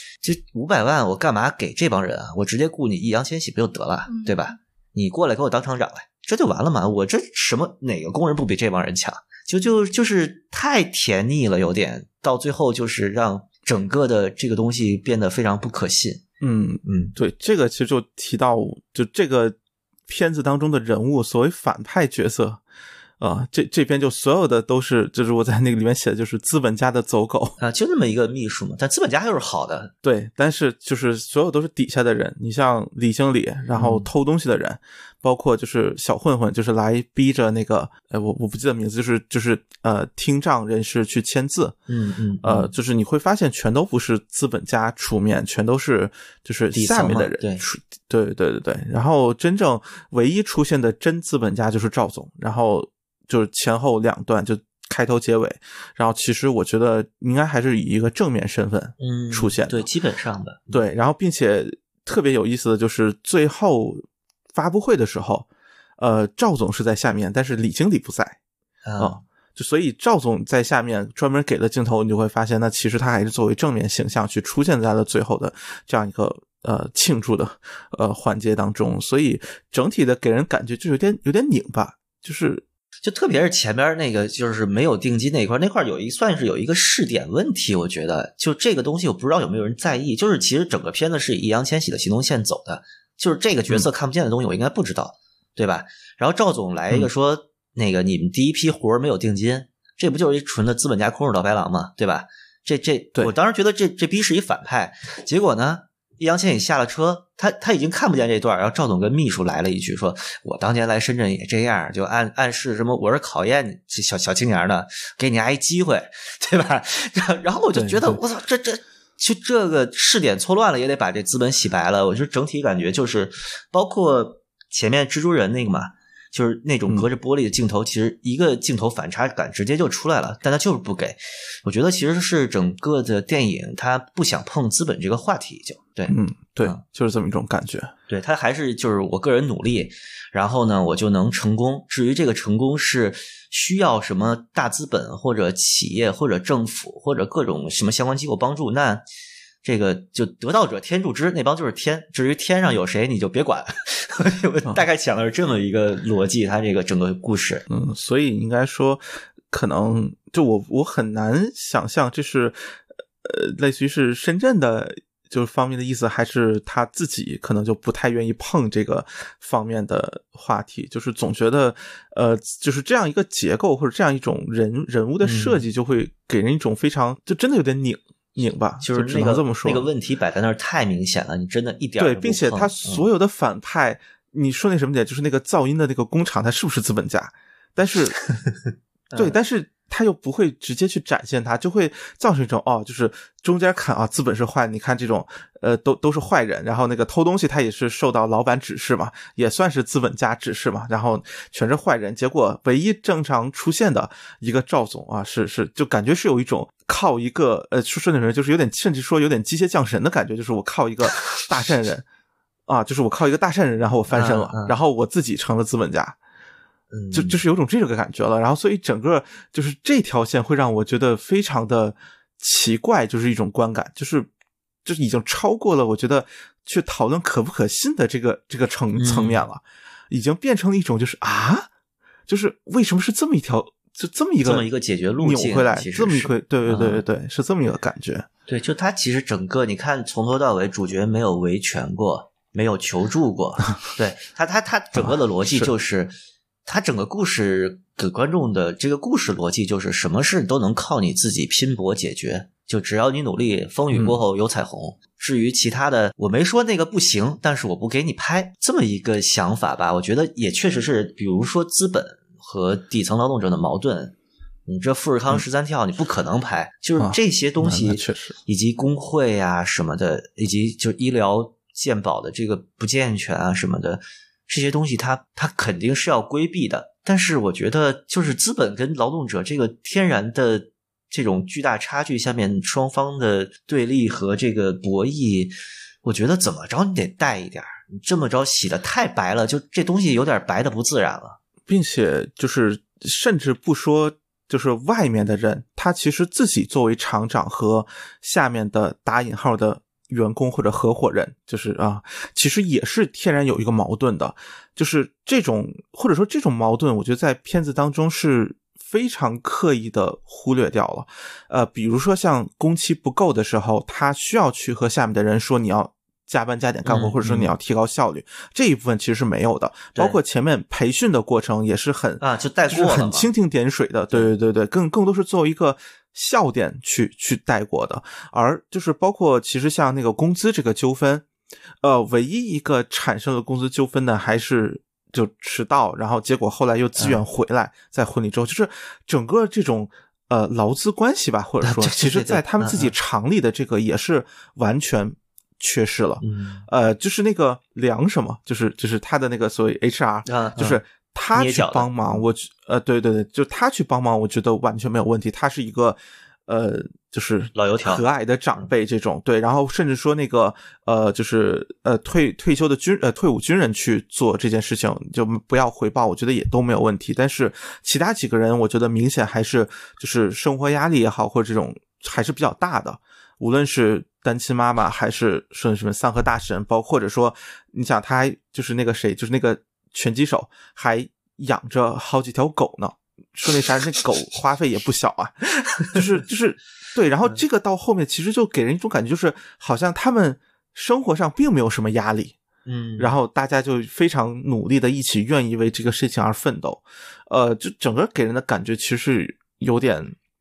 A: 500万我干嘛给这帮人啊？我直接雇你易烊千玺不就得了，对吧？你过来给我当厂长来，这就完了嘛。我这哪个工人不比这帮人强？就是太甜腻了，有点到最后就是让整个的这个东西变得非常不可信。
B: 对，这个其实就提到就这个片子当中的人物，所谓反派角色这边就所有的都是，就是我在那个里面写的就是资本家的走狗
A: 就那么一个秘书嘛，但资本家又是好的，
B: 对，但是就是所有都是底下的人，你像李经理，然后偷东西的人，包括就是小混混，就是来逼着那个我不记得名字，就是听障人士去签字，就是你会发现全都不是资本家出面，全都是就是下面的人，对，然后真正唯一出现的真资本家就是赵总，然后就是前后2段就开头结尾，然后其实我觉得应该还是以一个正面身份出现的，
A: 对，基本上的，
B: 对，然后并且特别有意思的就是最后发布会的时候，赵总是在下面，但是李经理不在就所以赵总在下面专门给了镜头，你就会发现那其实他还是作为正面形象去出现在了最后的这样一个庆祝的环节当中，所以整体的给人感觉就有点拧巴，
A: 就特别是前边那个就是没有定金那块算是有一个试点问题，我觉得就这个东西我不知道有没有人在意，就是其实整个片子是以易烊千玺的行动线走的，就是这个角色看不见的东西我应该不知道，对吧？然后赵总来一个说那个你们第一批活没有定金，这不就是一纯的资本家空手套白狼吗？对吧？这我当时觉得这逼是一反派，结果呢易烊千玺下了车，他已经看不见这段，然后赵总跟秘书来了一句说：“我当年来深圳也这样，就暗示什么我是考验你小青年的，给你挨机会，对吧？”然后我就觉得我操，这个试点错乱了，也得把这资本洗白了。我就整体感觉就是，包括前面蜘蛛人那个嘛。就是那种隔着玻璃的镜头，其实一个镜头反差感直接就出来了，但他就是不给。我觉得其实是整个的电影他不想碰资本这个话题，就对，
B: 对，就是这么一种感觉。
A: 对，他还是就是我个人努力，然后呢我就能成功。至于这个成功是需要什么大资本或者企业或者政府或者各种什么相关机构帮助，那这个就得道者天助之，那帮就是天，至于天上有谁你就别管。我大概讲的是这么一个逻辑，它这个整个故事。
B: 所以应该说可能就我很难想象这是类似于是深圳的就是方面的意思，还是他自己可能就不太愿意碰这个方面的话题，就是总觉得就是这样一个结构或者这样一种人物的设计就会给人一种非常就真的有点拧吧，
A: 就是
B: 只能这么说。
A: 那个问题摆在那儿太明显了，你真的一点
B: 对，并且他所有的反派，你说那什么点，就是那个噪音的那个工厂，他是不是资本家？但是，对，但是他又不会直接去展现他，就会造成一种就是中间看啊，资本是坏，你看这种都是坏人，然后那个偷东西他也是受到老板指示嘛，也算是资本家指示嘛，然后全是坏人，结果唯一正常出现的一个赵总啊，是就感觉是有一种靠一个说那人就是有点甚至说有点机械降神的感觉，就是我靠一个大善人啊，就是我靠一个大善人，然后我翻身了，然后我自己成了资本家。就是有种这个感觉了，然后所以整个就是这条线会让我觉得非常的奇怪，就是一种观感，就是已经超过了我觉得去讨论可不可信的这个层面了，已经变成了一种就是就是为什么是这么一条就这么一个
A: 解决路径
B: 扭回来，这么一个对，是这么一个感觉。
A: 对，就他其实整个你看从头到尾主角没有维权过，没有求助过，对，他整个的逻辑就是他整个故事给观众的这个故事逻辑就是什么事都能靠你自己拼搏解决，就只要你努力，风雨过后有彩虹。至于其他的我没说那个不行，但是我不给你拍，这么一个想法吧，我觉得也确实是比如说资本和底层劳动者的矛盾，你这富士康13跳你不可能拍，就是这些东西
B: 确实
A: 以及工会啊什么的，以及就医疗健保的这个不健全啊什么的，这些东西它肯定是要规避的。但是我觉得就是资本跟劳动者这个天然的这种巨大差距下面双方的对立和这个博弈，我觉得怎么着你得带一点，你这么着洗得太白了，就这东西有点白的不自然了。
B: 并且就是甚至不说就是外面的人，他其实自己作为厂长和下面的打引号的员工或者合伙人，就是其实也是天然有一个矛盾的，就是这种或者说这种矛盾我觉得在片子当中是非常刻意的忽略掉了。比如说像工期不够的时候，他需要去和下面的人说你要加班加点干活，或者说你要提高效率，这一部分其实是没有的。包括前面培训的过程也是很
A: 就带过了，
B: 就是很蜻蜓点水的。对，更多是作为一个笑点去带过的。而就是包括其实像那个工资这个纠纷，唯一一个产生了工资纠纷的还是就迟到，然后结果后来又自愿回来，在婚礼之后，就是整个这种劳资关系吧，或者说其实在他们自己厂里的这个也是完全缺失了。就是那个梁什么，就是他的那个所谓 HR，就是他去帮忙，对，就他去帮忙，我觉得完全没有问题。他是一个就是
A: 老油条
B: 和蔼的长辈这种，对，然后甚至说那个就是退休的退伍军人去做这件事情就不要回报，我觉得也都没有问题。但是其他几个人我觉得明显还是就是生活压力也好，或者这种还是比较大的，无论是单亲妈妈还是说什么丧和大神，包括或者说你想他还就是那个谁，就是那个拳击手还养着好几条狗呢，说那啥那狗花费也不小啊。就是对，然后这个到后面其实就给人一种感觉，就是好像他们生活上并没有什么压力，然后大家就非常努力的一起愿意为这个事情而奋斗，就整个给人的感觉其实是有点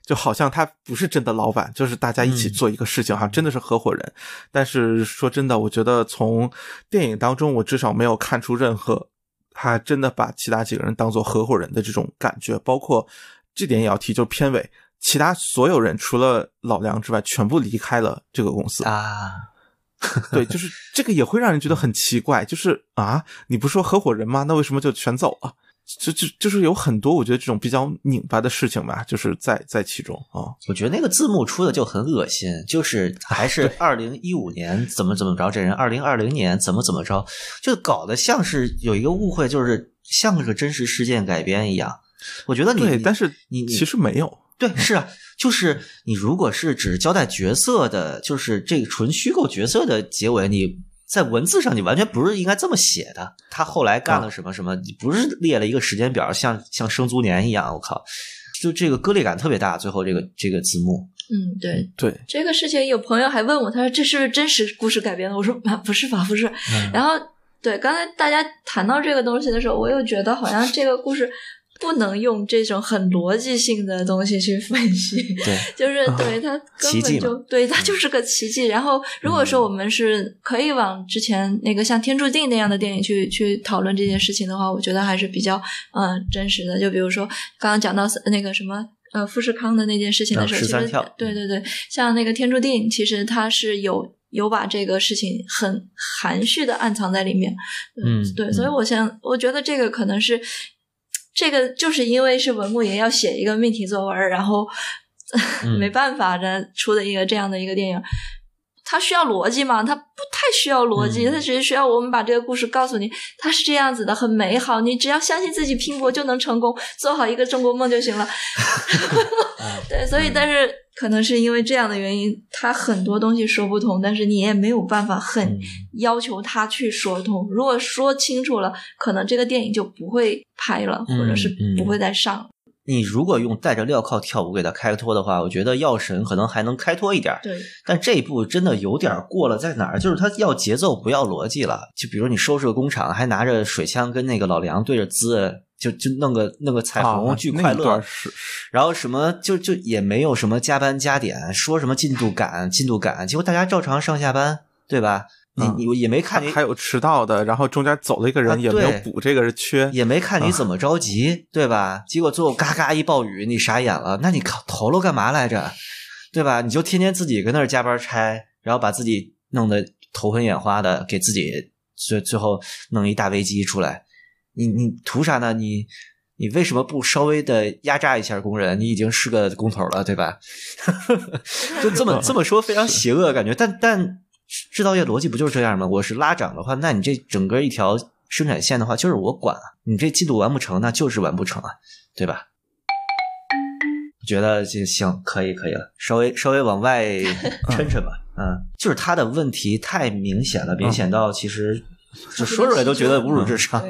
B: 就好像他不是真的老板，就是大家一起做一个事情，好像真的是合伙人。但是说真的，我觉得从电影当中我至少没有看出任何他真的把其他几个人当做合伙人的这种感觉。包括这点也要提，就是片尾其他所有人除了老梁之外全部离开了这个公司
A: 啊。
B: 对，就是这个也会让人觉得很奇怪，就是啊，你不是说合伙人吗？那为什么就全走了？就是有很多我觉得这种比较拧巴的事情吧，就是在其中啊。
A: 我觉得那个字幕出的就很恶心，就是还是2015年怎么着这人，2020年怎么着，就搞得像是有一个误会，就是像是个真实事件改编一样。我觉得
B: 对，但是你其实没有。
A: 对，是啊，就是你如果是只交代角色的，就是这个纯虚构角色的结尾，你在文字上你完全不是应该这么写的。他后来干了什么什么，你不是列了一个时间表，像生卒年一样，我靠，就这个割裂感特别大。最后这个字幕，
C: 对，这个事情有朋友还问我，他说这是不是真实故事改编的？我说不是吧，不是。然后对，刚才大家谈到这个东西的时候，我又觉得好像这个故事不能用这种很逻辑性的东西去分析，
A: 对，
C: 就是对它根本就对它就是个奇迹。然后如果说我们是可以往之前那个像《天注定》那样的电影去讨论这件事情的话，我觉得还是比较真实的。就比如说刚刚讲到那个什么富士康的那件事情的时候，其实对，像那个《天注定》，其实它是有把这个事情很含蓄的暗藏在里面。对，所以我觉得这个可能是。这个就是因为是文牧野要写一个命题作文，然后没办法的出的一个这样的一个电影。它需要逻辑吗？它不太需要逻辑，它只是需要我们把这个故事告诉你，它是这样子的，很美好，你只要相信自己拼搏就能成功，做好一个中国梦就行了。对，所以但是可能是因为这样的原因，它很多东西说不通，但是你也没有办法很要求它去说通。如果说清楚了，可能这个电影就不会拍了，或者是不会再上了。
A: 你如果用带着镣铐跳舞给它开脱的话，我觉得药神可能还能开脱一点。
C: 对，
A: 但这一步真的有点过了，在哪儿？就是他要节奏不要逻辑了。就比如你收拾个工厂，还拿着水枪跟那个老梁对着滋，就弄个彩虹巨快乐，然后什么就也没有什么加班加点，说什么进度赶，结果大家照常上下班，对吧？你也没看你
B: 还有迟到的，然后中间走了一个人，也没有补这个缺，
A: 也没看你怎么着急，对吧？结果最后嘎嘎一暴雨，你傻眼了，那你投了干嘛来着？对吧？你就天天自己跟那儿加班拆，然后把自己弄得头昏眼花的，给自己最后弄一大危机出来，你图啥呢？你为什么不稍微的压榨一下工人？你已经是个工头了，对吧？就这么说非常邪恶的感觉，但制造业逻辑不就是这样吗？我是拉涨的话，那你这整个一条生产线的话，就是我管啊。你这进度完不成，那就是完不成啊，对吧？我觉得这行，可以了，稍微往外抻吧。就是他的问题太明显了，明显到其实就说出来都觉得侮辱智商。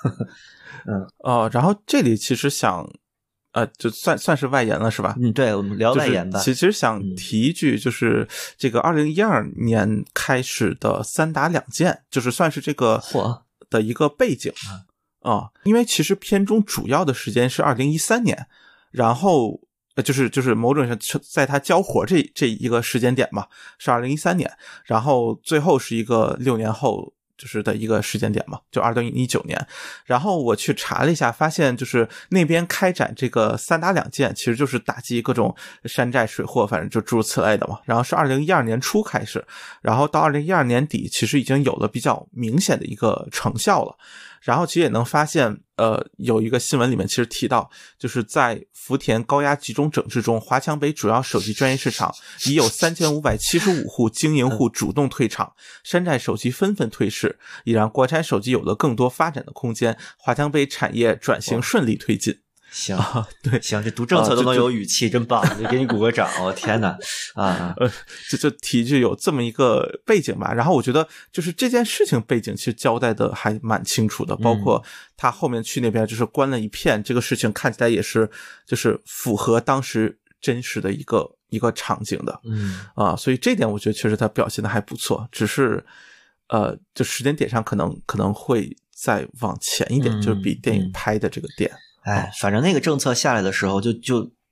B: 然后这里其实想。就算是外延了是吧？
A: 对，我们聊外延吧。
B: 其实想提一句，就是这个2012年开始的3打2件，就是算是这个的一个背景因为其实片中主要的时间是2013年，然后就是某种上在他交活这一个时间点嘛，是2013年，然后最后是一个6年后。就是的一个时间点嘛，就2019年。然后我去查了一下，发现就是那边开展这个3打2件，其实就是打击各种山寨水货，反正就诸如此类的嘛。然后是2012年初开始，然后到2012年底，其实已经有了比较明显的一个成效了。然后其实也能发现有一个新闻里面其实提到，就是在福田高压集中整治中，华强北主要手机专业市场已有3575户经营户主动退场，山寨手机纷纷退市，已让国产手机有了更多发展的空间，华强北产业转型顺利推进。
A: 行
B: 对，
A: 行，这读政策都能有语气，真棒！就给你鼓个掌，我天哪
B: 就提就有这么一个背景吧。然后我觉得就是这件事情背景其实交代的还蛮清楚的，包括他后面去那边就是关了一片，这个事情看起来也是就是符合当时真实的一个场景的。所以这点我觉得确实他表现的还不错，只是就时间点上可能会再往前一点，就是比电影拍的这个点。
A: 反正那个政策下来的时候就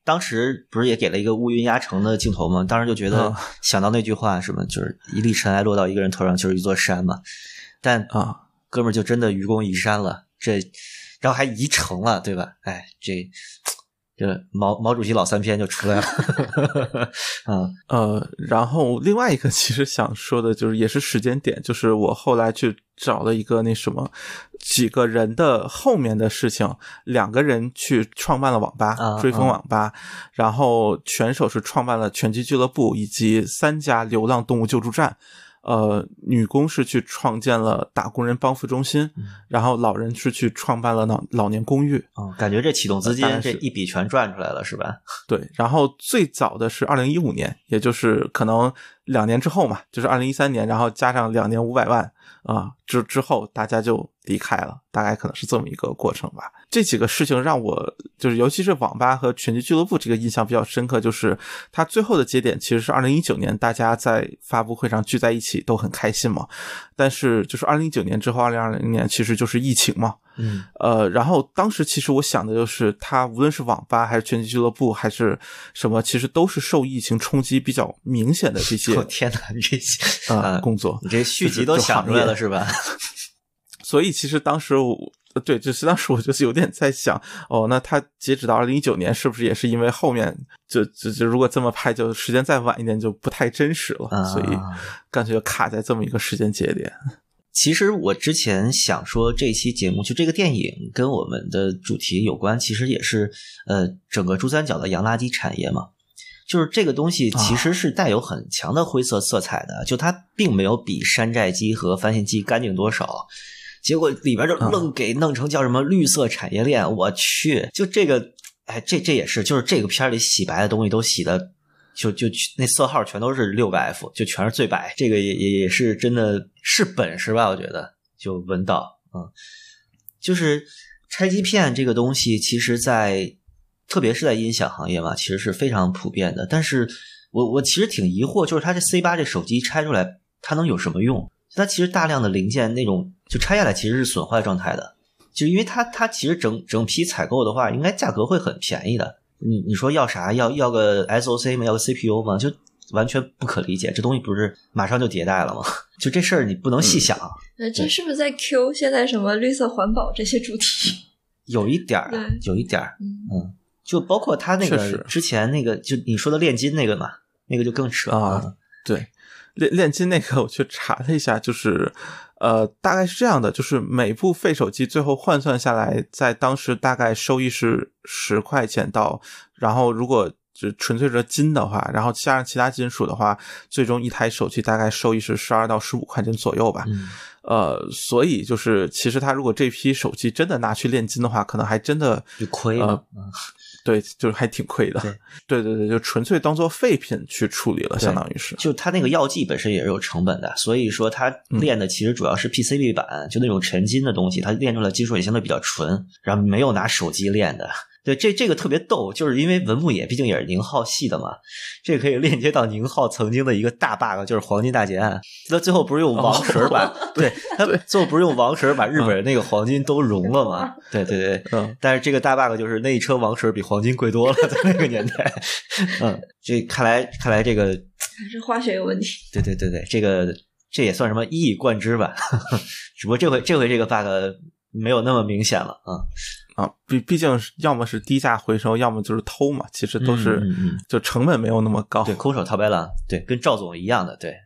A: 当时不是也给了一个乌云压城的镜头吗？当时就觉得想到那句话什么，就是一粒尘埃落到一个人头上就是一座山嘛。但哥们儿就真的愚公移山了，然后还移城了，对吧？哎，这毛主席老三篇就出来了。
B: 然后另外一个其实想说的就是也是时间点，就是我后来去找了一个那什么几个人的后面的事情，2个人去创办了网吧，追风网吧，然后拳手是创办了拳击俱乐部以及3家流浪动物救助站。女工是去创建了打工人帮扶中心，然后老人是去创办了老年公寓。
A: 感觉这启动资金这一笔全赚出来了是吧？
B: 对，然后最早的是2015年，也就是可能2年之后嘛，就是2013年，然后加上2年500万之后大家就离开了，大概可能是这么一个过程吧。这几个事情让我就是尤其是网吧和拳击俱乐部这个印象比较深刻，就是它最后的节点其实是2019年，大家在发布会上聚在一起都很开心嘛。但是就是2019年之后2020年其实就是疫情嘛。然后当时其实我想的就是它无论是网吧还是拳击俱乐部还是什么，其实都是受疫情冲击比较明显的这些
A: 天哪，这些
B: 工作
A: 你这续集都想出来了是吧？
B: 所以其实当时就是当时我就是有点在想，那他截止到2019年是不是也是因为后面就如果这么拍就时间再晚一点就不太真实了，所以干脆就卡在这么一个时间节点。
A: 其实我之前想说这期节目就这个电影跟我们的主题有关，其实也是整个珠三角的洋垃圾产业嘛。就是这个东西其实是带有很强的灰色色彩的，就它并没有比山寨机和翻新机干净多少，结果里边就愣给弄成叫什么绿色产业链，我去，就这个这也是就是这个片里洗白的东西都洗的就那色号全都是600F， 就全是最白，这个也是真的是本事吧，我觉得就文道就是拆机片这个东西其实特别是在音响行业嘛，其实是非常普遍的。但是我其实挺疑惑，就是它这 C8 这手机拆出来它能有什么用？它其实大量的零件那种就拆下来其实是损坏状态的，就因为它其实整批采购的话应该价格会很便宜的。你说要啥？要个 SOC 吗？要个 CPU 吗？就完全不可理解，这东西不是马上就迭代了吗？就这事儿你不能细想。
C: 这是不是在 Q 现在什么绿色环保这些主题？
A: 有一点儿，有一点儿，就包括他那个之前那个，就你说的炼金那个嘛，那个就更扯
B: 对，炼金那个我去查了一下，就是大概是这样的，就是每部废手机最后换算下来，在当时大概收益是10块钱到，然后如果就纯粹是金的话，然后加上其他金属的话，最终一台手机大概收益是12到15块钱左右吧。所以就是其实他如果这批手机真的拿去炼金的话，可能还真的
A: 就亏了。
B: 对，就是还挺亏的。对，就纯粹当做废品去处理了，相当于是。
A: 就它那个药剂本身也是有成本的，所以说它炼的其实主要是 PCB 板，就那种沉金的东西，它炼出来金属也相对比较纯，然后没有拿手机炼的。对，这个特别逗，就是因为文牧野毕竟也是宁浩系的嘛，这个可以链接到宁浩曾经的一个大 bug， 就是黄金大劫案。他最后不是用王水把，对，他最后不是用王水把日本那个黄金都融了嘛？对，但是这个大 bug 就是那一车王水比黄金贵多了，在那个年代。这看来这个
C: 还是化学有问题。
A: 对，这也算什么一以贯之吧？只不过这回这个 bug 没有那么明显了
B: 毕竟要么是低价回收，要么就是偷嘛，其实都是就成本没有那么高。
A: 对，空手套白狼，对，跟赵总一样的，对。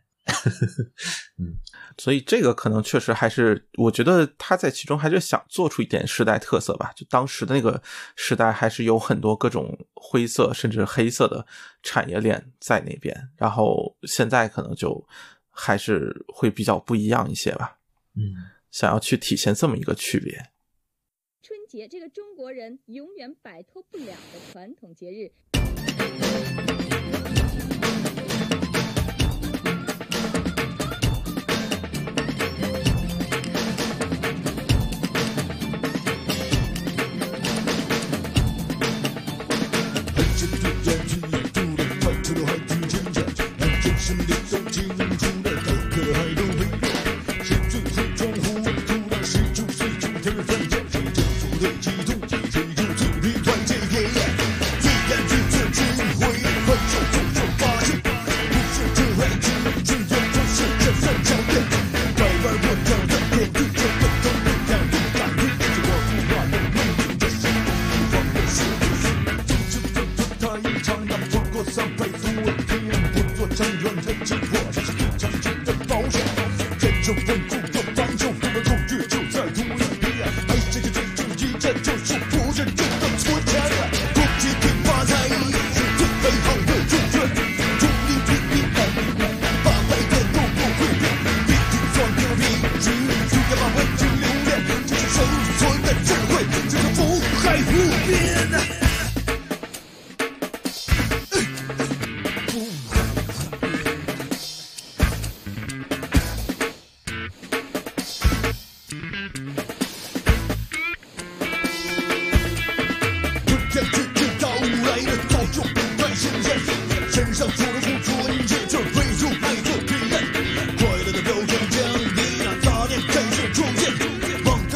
B: 所以这个可能确实还是，我觉得他在其中还是想做出一点时代特色吧。就当时的那个时代还是有很多各种灰色甚至黑色的产业链在那边，然后现在可能就还是会比较不一样一些吧。想要去体现这么一个区别。
E: 春节这个中国人永远摆脱不了的传统节日。
F: 最感觉最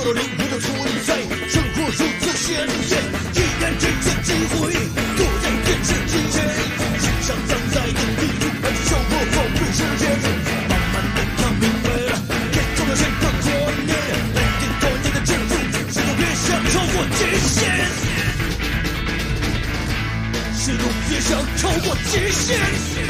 F: 有灵魂的存在，生活如此鲜艳，依然这次机会，多样变成今天，心上藏在眼底，还是生活风味时间，慢慢的看明白了，别走到现在过年，来点过年的祝福，谁都别想超过极限，谁都别想超过极限。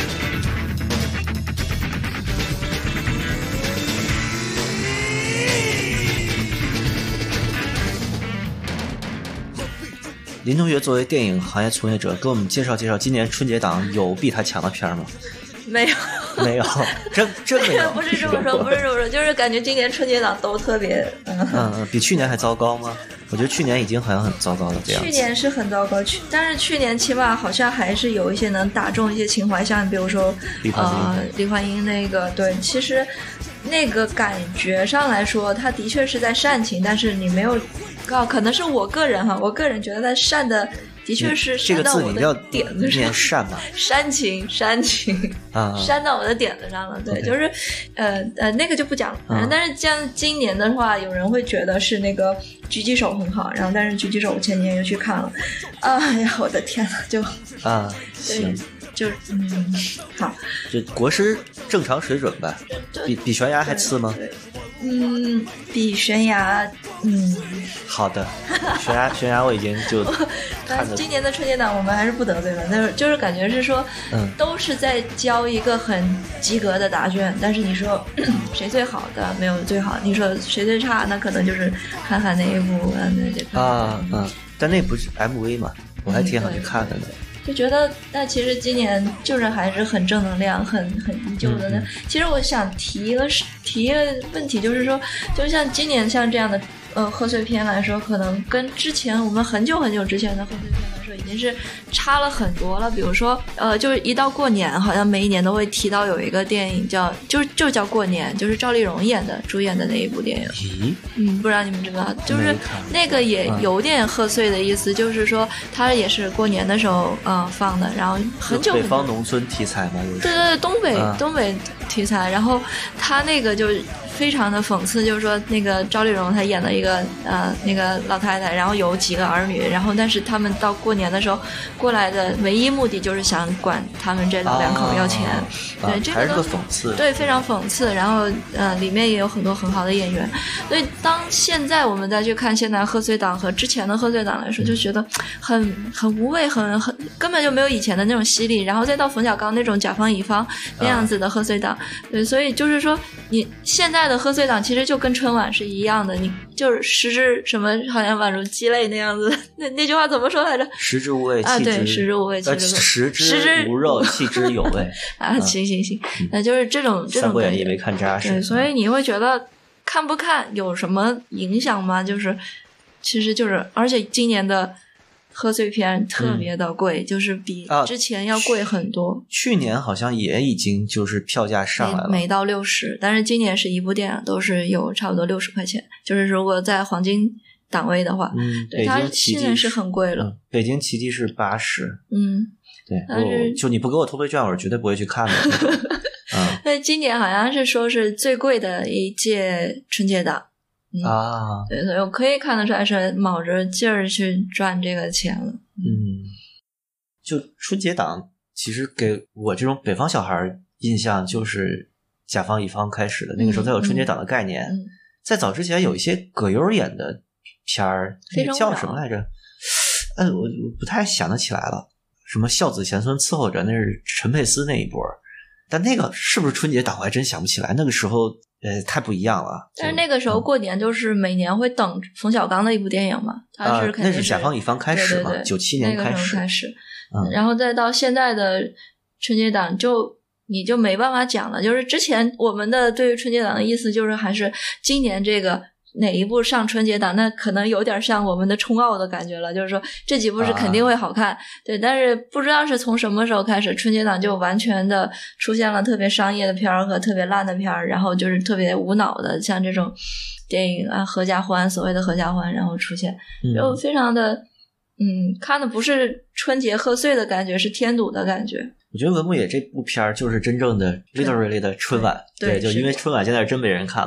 A: 林同学作为电影行业从业者，给我们介绍介绍今年春节档有比他强的片吗？
C: 没有，
A: 没有，真没有。
C: 不是这么说，不是这么说，就是感觉今年春节档都特别，
A: 比去年还糟糕吗？我觉得去年已经好像很糟糕了这样。
C: 去年是很糟糕，但是去年起码好像还是有一些能打中一些情怀，像比如说李焕英那个，对，其实那个感觉上来说，他的确是在煽情，但是你没有。可能是我个人觉得他煽的确是煽到我的点子上，
A: 煽嘛，
C: 煽情啊，煽到我的点子上了。对，
A: okay.
C: 就是那个就不讲了。但是像今年的话，有人会觉得是那个狙击手很好，然后但是狙击手我前年又去看了，哎呀，我的天呐，就
A: 行。
C: 就好，
A: 这国师正常水准吧，比悬崖还次吗？
C: 比悬崖，
A: 好的，悬崖我已经就看的。
C: 今年的春节档我们还是不得罪了，但是就是感觉是说，都是在交一个很及格的答卷，但是你说谁最好的没有最好，你说谁最差，那可能就是看看那一部
A: 但那不是 MV 嘛，我还挺想去看看的。
C: 就觉得，但其实今年就是还是很正能量，很依旧的。其实我想提一个问题，就是说，就像今年像这样的贺岁片来说，可能跟之前我们很久之前的贺岁片来说，已经是差了很多了。比如说，就是一到过年，好像每一年都会提到有一个电影就叫过年，就是赵丽蓉主演的那一部电影。不知道你们知道，就是那个也有点贺岁的意思，就是说它也是过年的时候放的，然后很久
A: 北方农村题材嘛，
C: 对，东北题材，然后他那个就非常的讽刺，就是说那个赵丽蓉她演了一个那个老太太，然后有几个儿女，然后但是他们到过年的时候过来的唯一目的就是想管他们这老两口要钱，对，这个
A: 还是个讽刺，
C: 对，非常讽刺。然后里面也有很多很好的演员，所以当现在我们再去看现在贺岁档和之前的贺岁档来说，就觉得很无味，很根本就没有以前的那种犀利。然后再到冯小刚那种甲方乙方那样子的贺岁档，对，所以就是说你现在的贺岁档其实就跟春晚是一样的，你就是食之什么好像宛如鸡肋那样子，那句话怎么说来着？
A: 食之无味，
C: 啊，对，食之无味，
A: 食之无肉，弃之有味
C: 啊，行，那就是这种
A: 三国演义没看扎实，
C: 对，所以你会觉得看不看有什么影响吗？就是其实就是而且今年的贺岁片特别的贵，就是比之前要贵很多。
A: 去年好像也已经就是票价上来了，
C: 没到60，但是今年是一部电影都是有差不多60块钱，就是如果在黄金档位的话，对，它现在是很贵了。
A: 北京奇迹是80，对，
C: 但是
A: 就你不给我投对券，我是绝对不会去看的。
C: 那今年好像是说是最贵的一届春节档。对，所以我可以看得出来是卯着劲儿去赚这个钱了。
A: 就春节档其实给我这种北方小孩印象就是甲方乙方开始的，那个时候才有春节档的概念。在早之前有一些葛优演的片儿，叫什么来着？我不太想得起来了。什么孝子贤孙伺候着，那是陈佩斯那一波，但那个是不是春节档我还真想不起来。那个时候太不一样了。
C: 但是那个时候过年就是每年会等冯小刚的一部电影嘛，他是肯定
A: 那是甲方乙方开始嘛，
C: 对
A: 97年
C: 开始，然后再到现在的春节档你就没办法讲了。就是之前我们的对于春节档的意思就是还是今年这个哪一部上春节档，那可能有点像我们的冲奥的感觉了，就是说这几部是肯定会好看，对，但是不知道是从什么时候开始，春节档就完全的出现了特别商业的片儿和特别烂的片儿，然后就是特别无脑的，像这种电影合家欢，所谓的合家欢，然后出现，就非常的看的不是春节贺岁的感觉，是添堵的感觉。
A: 我觉得文牧野这部片儿就是真正的 literally 的春晚，对，就因为春晚现在是真没人看了嘛。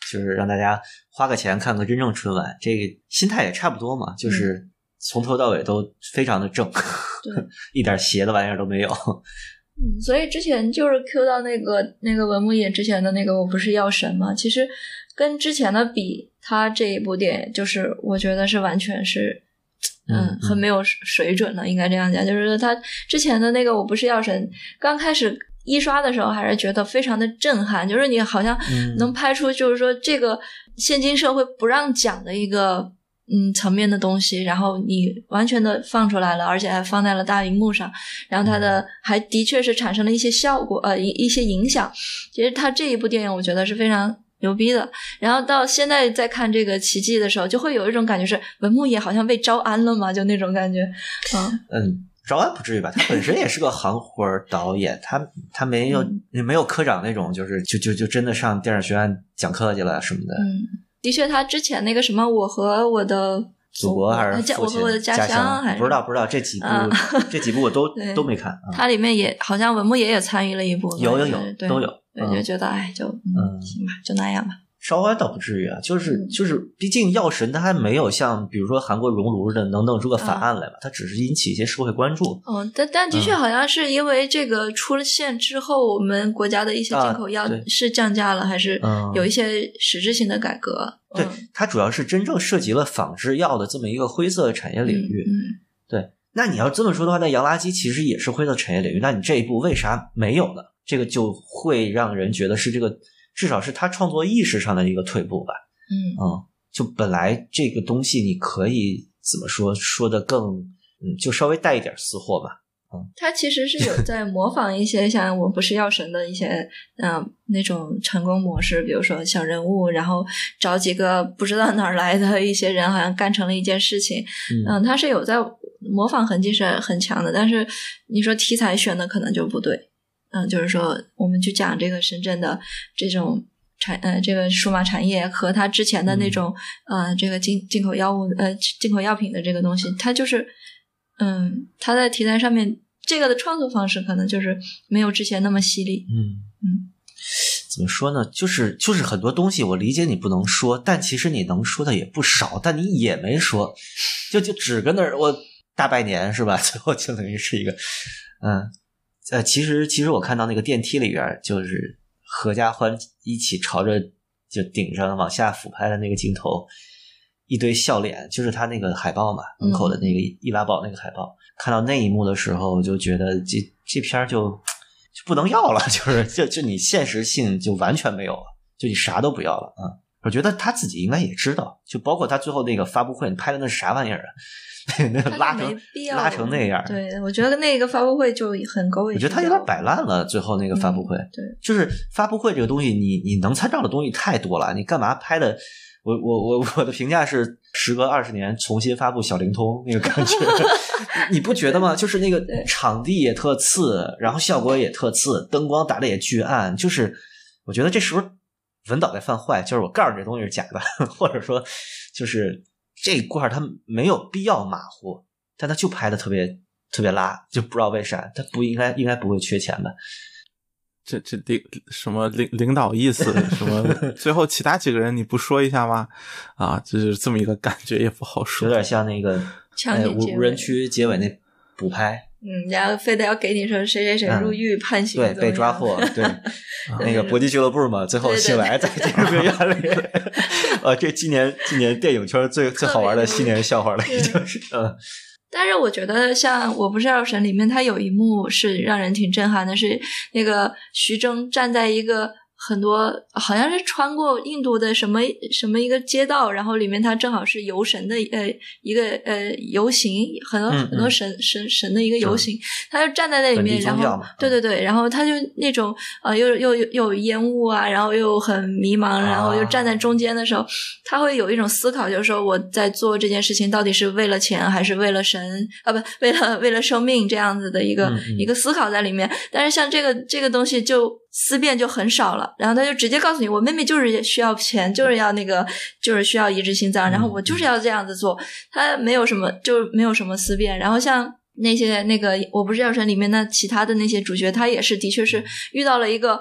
A: 就是让大家花个钱看个真正春晚，这个心态也差不多嘛，就是从头到尾都非常的正，
C: 对，
A: 一点邪的玩意儿都没有。
C: 所以之前就是 Q 到那个文牧野之前的那个我不是药神嘛，其实跟之前的比，他这一部电影就是我觉得是完全是很没有水准了，应该这样讲。就是他之前的那个我不是药神刚开始一刷的时候还是觉得非常的震撼，就是你好像能拍出就是说这个现今社会不让讲的一个层面的东西，然后你完全的放出来了，而且还放在了大荧幕上，然后它的还的确是产生了一些效果一些影响。其实他这一部电影我觉得是非常牛逼的。然后到现在再看这个奇迹的时候，就会有一种感觉是文牧野好像被招安了嘛，就那种感觉。
A: 招安不至于吧，他本身也是个行活导演，他没有科长那种就是就真的上电影学院讲课去了什么的。
C: 的确他之前那个什么我和我的
A: 祖国还是
C: 我和我的家乡还是
A: 不知道这几部这几部我都没看。
C: 他里面也好像文牧野也参与了一部，
A: 有都有。
C: 对，就觉得行吧，就那样吧。
A: 烧歪倒不至于啊，就是毕竟药神他还没有像比如说韩国熔炉的能弄出个法案来嘛，他只是引起一些社会关注。
C: 但的确好像是因为这个出了现之后，我们国家的一些进口药是降价了，还是有一些实质性的改革。
A: 对，它主要是真正涉及了仿制药的这么一个灰色产业领域。对，那你要这么说的话，那洋垃圾其实也是灰色产业领域，那你这一步为啥没有呢？这个就会让人觉得是这个至少是他创作意识上的一个退步吧。就本来这个东西你可以怎么说的更就稍微带一点私货吧。
C: 他其实是有在模仿一些像我不是药神的一些那种成功模式，比如说小人物，然后找几个不知道哪儿来的一些人好像干成了一件事情。他是有在模仿痕迹是很强的，但是你说题材选的可能就不对。就是说我们去讲这个深圳的这种这个数码产业和它之前的那种这个进口药物进口药品的这个东西，它就是它在题材上面这个的创作方式可能就是没有之前那么犀利。
A: 怎么说呢，就是很多东西我理解你不能说，但其实你能说的也不少，但你也没说，就只跟那儿我大拜年是吧，最后就等于是一个其实我看到那个电梯里边就是合家欢一起朝着就顶上往下俯拍的那个镜头，一堆笑脸，就是他那个海报嘛，门口的那个易拉宝那个海报。看到那一幕的时候，我就觉得这片儿就不能要了，就你现实性就完全没有了，就你啥都不要了啊！我觉得他自己应该也知道，就包括他最后那个发布会，你拍的那是啥玩意儿啊？那拉成那样。
C: 对，我觉得那个发布会就很狗尾续貂。
A: 我觉得他有点摆烂了，最后那个发布会。
C: 对，
A: 就是发布会这个东西，你能参照的东西太多了，你干嘛拍的？我的评价是，时隔20年重新发布小灵通那个感觉，你不觉得吗？就是那个场地也特次，然后效果也特次，灯光打的也巨暗，就是我觉得这是不是文导在犯坏？就是我告诉你这东西是假的，或者说就是这一块他没有必要马虎，但他就拍的特别拉，就不知道为啥，他不应该不会缺钱吧？
B: 这什么领导意思什么？最后其他几个人你不说一下吗？就是这么一个感觉，也不好说，
A: 有点像那个无人区结尾那补拍。
C: 然后非得要给你说谁入狱判刑，
A: 对，被抓获，对，那个搏击俱乐部嘛，最后醒来在这个院里，这今年电影圈最好玩的新年笑话了，已经是
C: 但是我觉得像《我不是药神》里面，它有一幕是让人挺震撼的，是那个徐峥站在一个很多好像是穿过印度的什么一个街道，然后里面它正好是游神的一个游行，很多神的一个游行，他就站在那里面，然后对，然后他就那种又有烟雾啊，然后又很迷茫，然后又站在中间的时候，他会有一种思考，就是说我在做这件事情到底是为了钱还是为了神为了生命这样子的一个思考在里面。但是像这个东西就思辨就很少了，然后他就直接告诉你，我妹妹就是需要钱，就是要就是需要移植心脏，然后我就是要这样子做，他没有什么思辨。然后像那个我不是药神里面的其他的那些主角，他也是的确是遇到了一个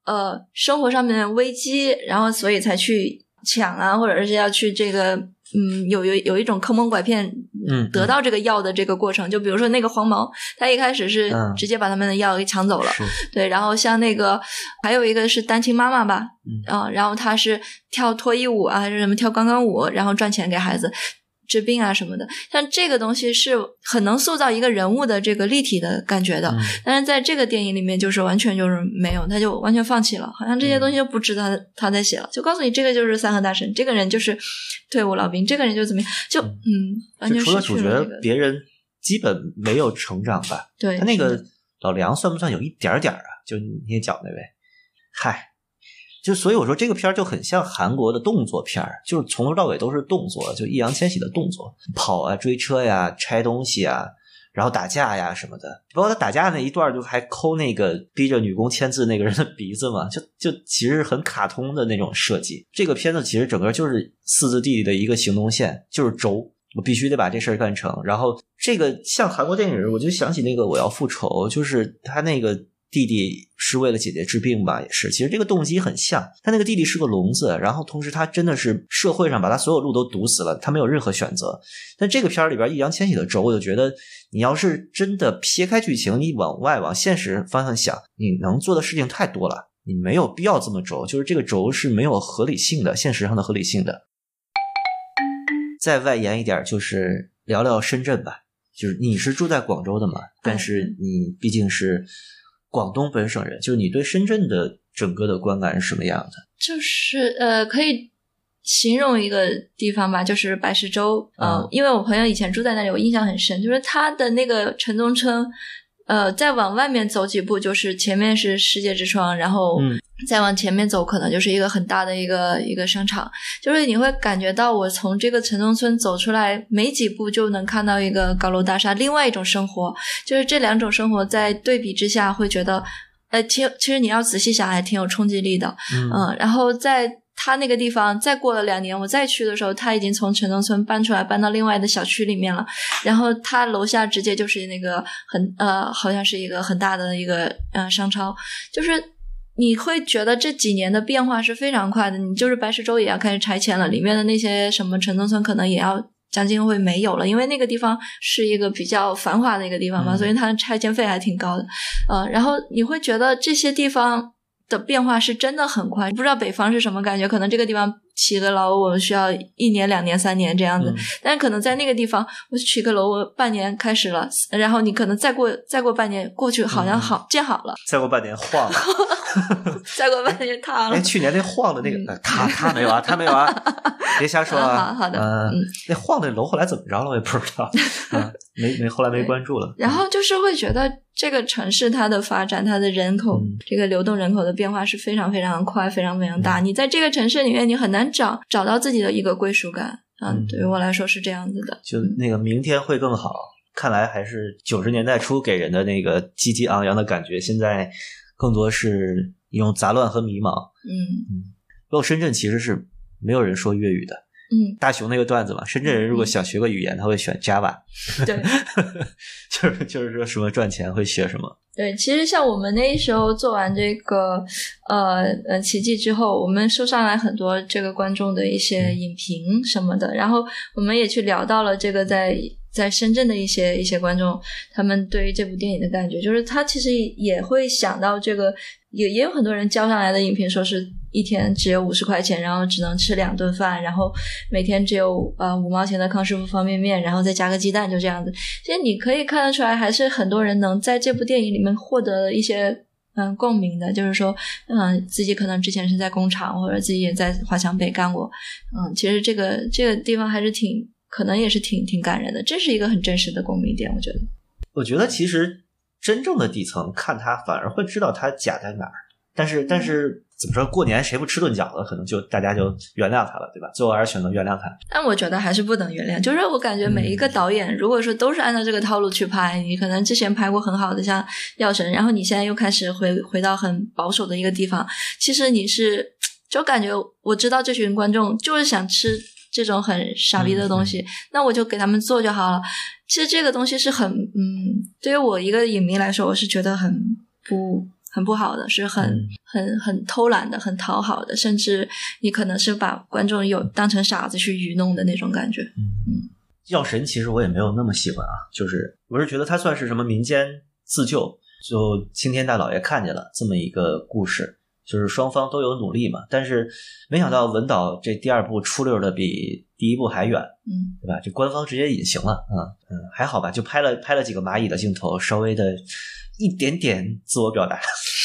C: 生活上面的危机，然后所以才去抢啊，或者是要去这个有一种坑蒙拐骗得到这个药的这个过程。就比如说那个黄毛，他一开始是直接把他们的药给抢走了，对。然后像那个还有一个是单亲妈妈吧，然后他是跳脱衣舞啊还是什么跳钢管舞，然后赚钱给孩子治病啊什么的。像这个东西是很能塑造一个人物的这个立体的感觉的，但是在这个电影里面就是完全就是没有，他就完全放弃了，好像这些东西就不值他在写了，就告诉你这个就是三河大神，这个人就是退伍老兵，这个人就怎么样，就完全
A: 除了主角，
C: 失去了这个。
A: 别人基本没有成长吧？
C: 对，
A: 他那个老梁算不算有一点点啊？就你也讲那位，嗨。就所以我说这个片儿就很像韩国的动作片儿，就是从头到尾都是动作，就易烊千玺的动作，跑啊、追车呀、拆东西啊，然后打架呀什么的。包括他打架那一段就还抠那个逼着女工签字那个人的鼻子嘛，就其实很卡通的那种设计。这个片子其实整个就是四字弟弟的一个行动线，就是轴，我必须得把这事儿干成。然后这个像韩国电影，我就想起那个我要复仇，就是他那个弟弟是为了姐姐治病吧，也是，其实这个动机很像。他那个弟弟是个聋子，然后同时他真的是社会上把他所有路都堵死了，他没有任何选择。但这个片里边易烊千玺的轴，我就觉得你要是真的撇开剧情，你往现实方向想，你能做的事情太多了，你没有必要这么轴，就是这个轴是没有合理性的，现实上的合理性的。再外延一点，就是聊聊深圳吧，就是你是住在广州的嘛，但是你毕竟是广东本省人，就是你对深圳的整个的观感是什么样的？
C: 就是可以形容一个地方吧，就是白石洲。因为我朋友以前住在那里，我印象很深，就是他的那个城中村，再往外面走几步，就是前面是世界之窗，然后再往前面走可能就是一个很大的一个商场，就是你会感觉到我从这个城中村走出来没几步就能看到一个高楼大厦，另外一种生活，就是这两种生活在对比之下会觉得其实你要仔细想还挺有冲击力的。然后在他那个地方再过了2年我再去的时候，他已经从城中村搬出来搬到另外的小区里面了，然后他楼下直接就是那个好像是一个很大的一个商超，就是你会觉得这几年的变化是非常快的。你就是白石洲也要开始拆迁了，里面的那些什么城中村可能也要将近会没有了，因为那个地方是一个比较繁华的一个地方嘛，所以它的拆迁费还挺高的。然后你会觉得这些地方的变化是真的很快，不知道北方是什么感觉，可能这个地方起个楼我需要1年2年3年这样子，但是可能在那个地方我起个楼我半年开始了，然后你可能再过半年过去好像建好了，
A: 再过半年晃了
C: 再过半年塌了。
A: 去年那晃的那个塌没有啊，塌没有啊，别瞎说啊。
C: 好的。
A: 那晃的楼后来怎么着了我也不知道后来没关注了。
C: 然后就是会觉得这个城市它的发展，它的人口这个流动人口的变化是非常非常快，非常非常大。你在这个城市里面你很难找到自己的一个归属感。对于我来说是这样子的。
A: 就那个明天会更好，看来还是90年代初给人的那个积极昂扬的感觉，现在更多是一种杂乱和迷茫。包括深圳其实是没有人说粤语的。大雄那个段子嘛，深圳人如果想学个语言他会选 Java。
C: 对
A: 就是说什么赚钱会学什么。
C: 对，其实像我们那时候做完这个奇迹之后，我们收上来很多这个观众的一些影评什么的，然后我们也去聊到了这个在深圳的一些观众，他们对于这部电影的感觉，就是他其实也会想到这个，也有很多人交上来的影评说是一天只有50块钱，然后只能吃2顿饭，然后每天只有5毛钱的康师傅方便面，然后再加个鸡蛋，就这样子。其实你可以看得出来，还是很多人能在这部电影里面获得一些共鸣的，就是说自己可能之前是在工厂，或者自己也在华强北干过。其实这个地方还是可能也是挺感人的，这是一个很真实的共鸣点。我觉得
A: 其实真正的底层看它反而会知道它假在哪儿，但是怎么说，过年谁不吃顿饺子，可能大家就原谅他了，对吧？最后还是选择原谅他。但
C: 我觉得还是不能原谅，就是我感觉每一个导演如果说都是按照这个套路去拍，你可能之前拍过很好的像药神，然后你现在又开始回到很保守的一个地方，其实你是就感觉我知道这群观众就是想吃这种很傻逼的东西，那我就给他们做就好了。其实这个东西是很对于我一个影迷来说，我是觉得很很不好的，是很偷懒的，很讨好的，甚至你可能是把观众当成傻子去愚弄的那种感觉。
A: 药神其实我也没有那么喜欢啊，就是我是觉得它算是什么民间自救，就青天大老爷看见了这么一个故事，就是双方都有努力嘛，但是没想到文导这第二部出溜的比第一部还远，对吧？这官方直接隐形了，还好吧，就拍了几个蚂蚁的镜头，稍微的一点点自我表达，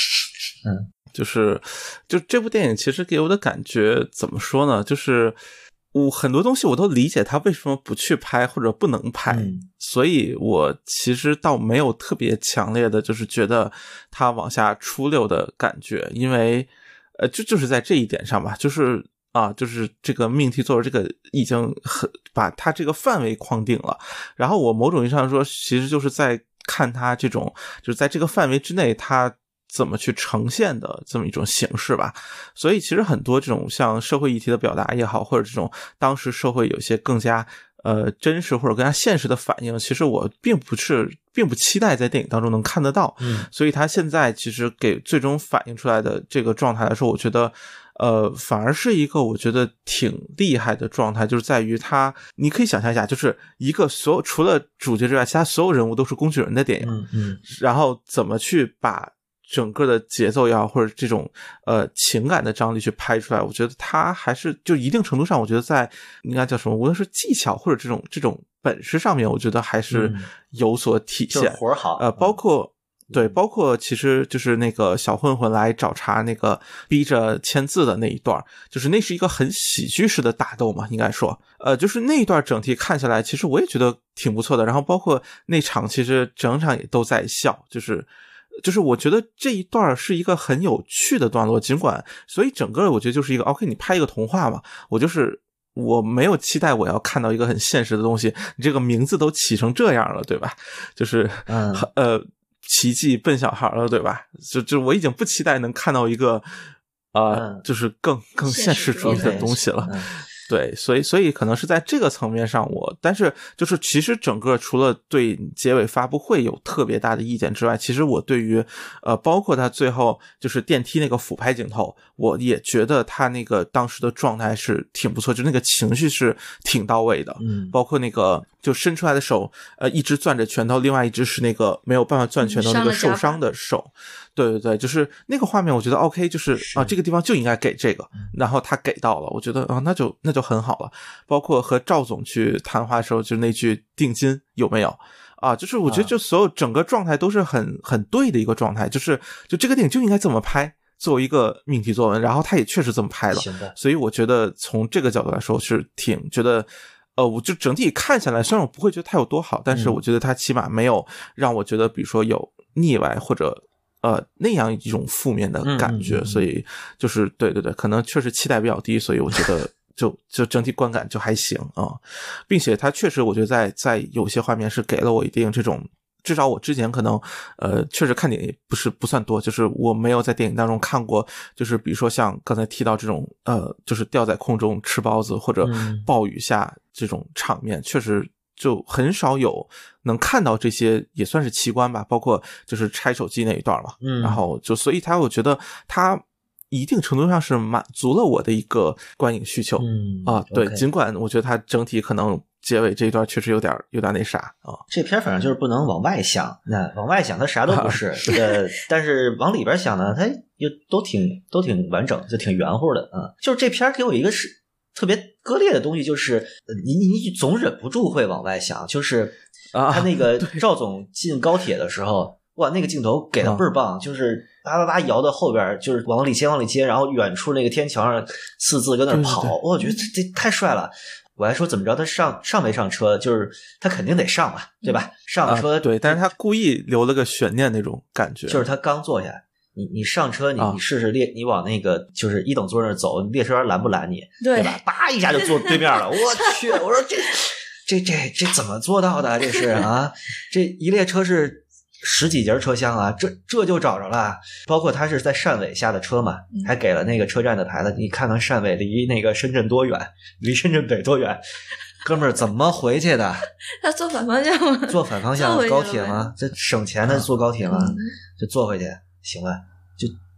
B: 就这部电影其实给我的感觉怎么说呢？就是我很多东西我都理解他为什么不去拍或者不能拍，所以我其实倒没有特别强烈的就是觉得他往下出溜的感觉，因为就是在这一点上吧，就是这个命题作文这个已经把他这个范围框定了，然后我某种意义上说其实就是在看他这种就是在这个范围之内他怎么去呈现的这么一种形式吧。所以其实很多这种像社会议题的表达也好，或者这种当时社会有些更加真实或者更加现实的反应，其实我并不期待在电影当中能看得到。所以他现在其实给最终反映出来的这个状态来说，我觉得反而是一个我觉得挺厉害的状态，就是在于他你可以想象一下，就是一个除了主角之外其他所有人物都是工具人的电影，然后怎么去把整个的节奏也好，或者这种情感的张力去拍出来，我觉得他还是就一定程度上，我觉得在应该叫什么，无论是技巧或者这种本事上面，我觉得还是有所体现。
A: 就是活好，
B: 包括其实就是那个小混混来找茬那个逼着签字的那一段，就是那是一个很喜剧式的打斗嘛，应该说就是那一段整体看下来其实我也觉得挺不错的，然后包括那场其实整场也都在笑，就是我觉得这一段是一个很有趣的段落，尽管所以整个我觉得就是一个 OK 你拍一个童话嘛，我没有期待我要看到一个很现实的东西，你这个名字都起成这样了，对吧？就是奇迹笨小孩了，对吧？就我已经不期待能看到一个就是更现实主义的东西了。对，所以可能是在这个层面上但是就是其实整个除了对结尾发布会有特别大的意见之外，其实我对于包括他最后就是电梯那个俯拍镜头，我也觉得他那个当时的状态是挺不错，就那个情绪是挺到位的。包括那个就伸出来的手一只攥着拳头，另外一只是那个没有办法攥拳头那个受伤的手。对，就是那个画面我觉得 OK， 就是这个地方就应该给这个，然后他给到了，我觉得那就很好了。包括和赵总去谈话的时候，就是那句定金有没有就是我觉得就所有整个状态都是很对的一个状态，就这个电影就应该这么拍，作为一个命题作文，然后他也确实这么拍了。所以我觉得从这个角度来说是挺觉得我就整体看下来，虽然我不会觉得它有多好，但是我觉得它起码没有让我觉得比如说有腻歪或者那样一种负面的感觉。所以就是对，可能确实期待比较低，所以我觉得就整体观感就还行并且它确实我觉得在有些画面是给了我一定这种，至少我之前可能确实看电影不算多，就是我没有在电影当中看过，就是比如说像刚才提到这种就是吊在空中吃包子或者暴雨下这种场面，确实就很少有能看到这些也算是奇观吧，包括就是拆手机那一段嘛。然后所以我觉得他一定程度上是满足了我的一个观影需求。对，尽管我觉得他整体可能结尾这一段确实有点那啥
A: 这片反正就是不能往外想，那往外想它啥都不是但是往里边想呢，它又都挺完整，就挺圆乎的就是这片给我一个是特别割裂的东西，就是你总忍不住会往外想，就是他那个赵总进高铁的时候，哇，那个镜头给的倍儿棒，就是叭摇到后边，就是往里接，然后远处那个天桥上四字跟那跑，我觉得这太帅了。我还说怎么着他上没上车，就是他肯定得上嘛，对吧？上了车
B: 对，但是他故意留了个悬念那种感觉，
A: 就是他刚坐下，你上车你试试你往那个就是一等座那走，列车员拦不拦你，对吧？叭一下就坐对面了，我去，我说这怎么做到的？这是这一列车是10几节车厢啊，这就找着了。包括他是在汕尾下的车嘛，还给了那个车站的牌子，你看看汕尾离那个深圳多远，离深圳北多远。哥们儿怎么回去的？
C: 他坐反方向吗？
A: 坐反方向高铁吗？这省钱的坐高铁吗？就坐回去行了。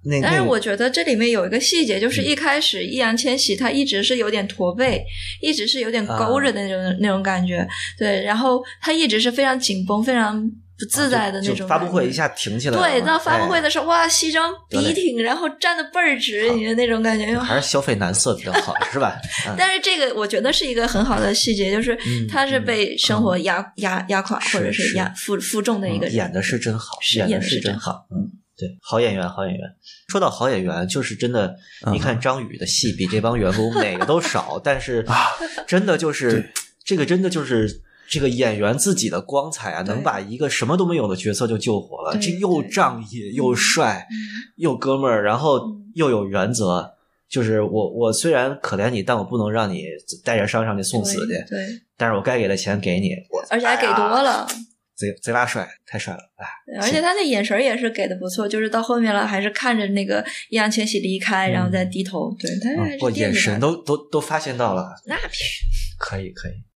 C: 但是我觉得这里面有一个细节，就是一开始易烊千玺他一直是有点驼背，一直是有点勾着的那种感觉，对，然后他一直是非常紧绷、非常不自在的那种感觉。
A: 就发布会一下挺起来了，
C: 对，到发布会的时候，哇，西装笔挺，然后站得倍儿直，你的那种感觉，
A: 还是消费男色比较好，是吧？
C: 但是这个我觉得是一个很好的细节，就是他是被生活压垮，或者是负重的一个人，
A: 演的是真好，演的是真好，对，好演员。说到好演员，就是真的，你看张宇的戏比这帮员工哪个都少，但是真的就是这个，真的就是这个演员自己的光彩啊，能把一个什么都没有的角色就救活了。这又仗义又帅，又哥们儿，然后又有原则。就是我虽然可怜你，但我不能让你带着伤上去送死去。
C: 对，
A: 但是我该给的钱给你，
C: 而且还给多了。
A: 贼拉帅，太帅了！哎，
C: 而且他那眼神也是给的不错，就是到后面了，还是看着那个易烊千玺离开，然后再低头，对他还是
A: 眼神都发现到了，
C: 那必须
A: 可以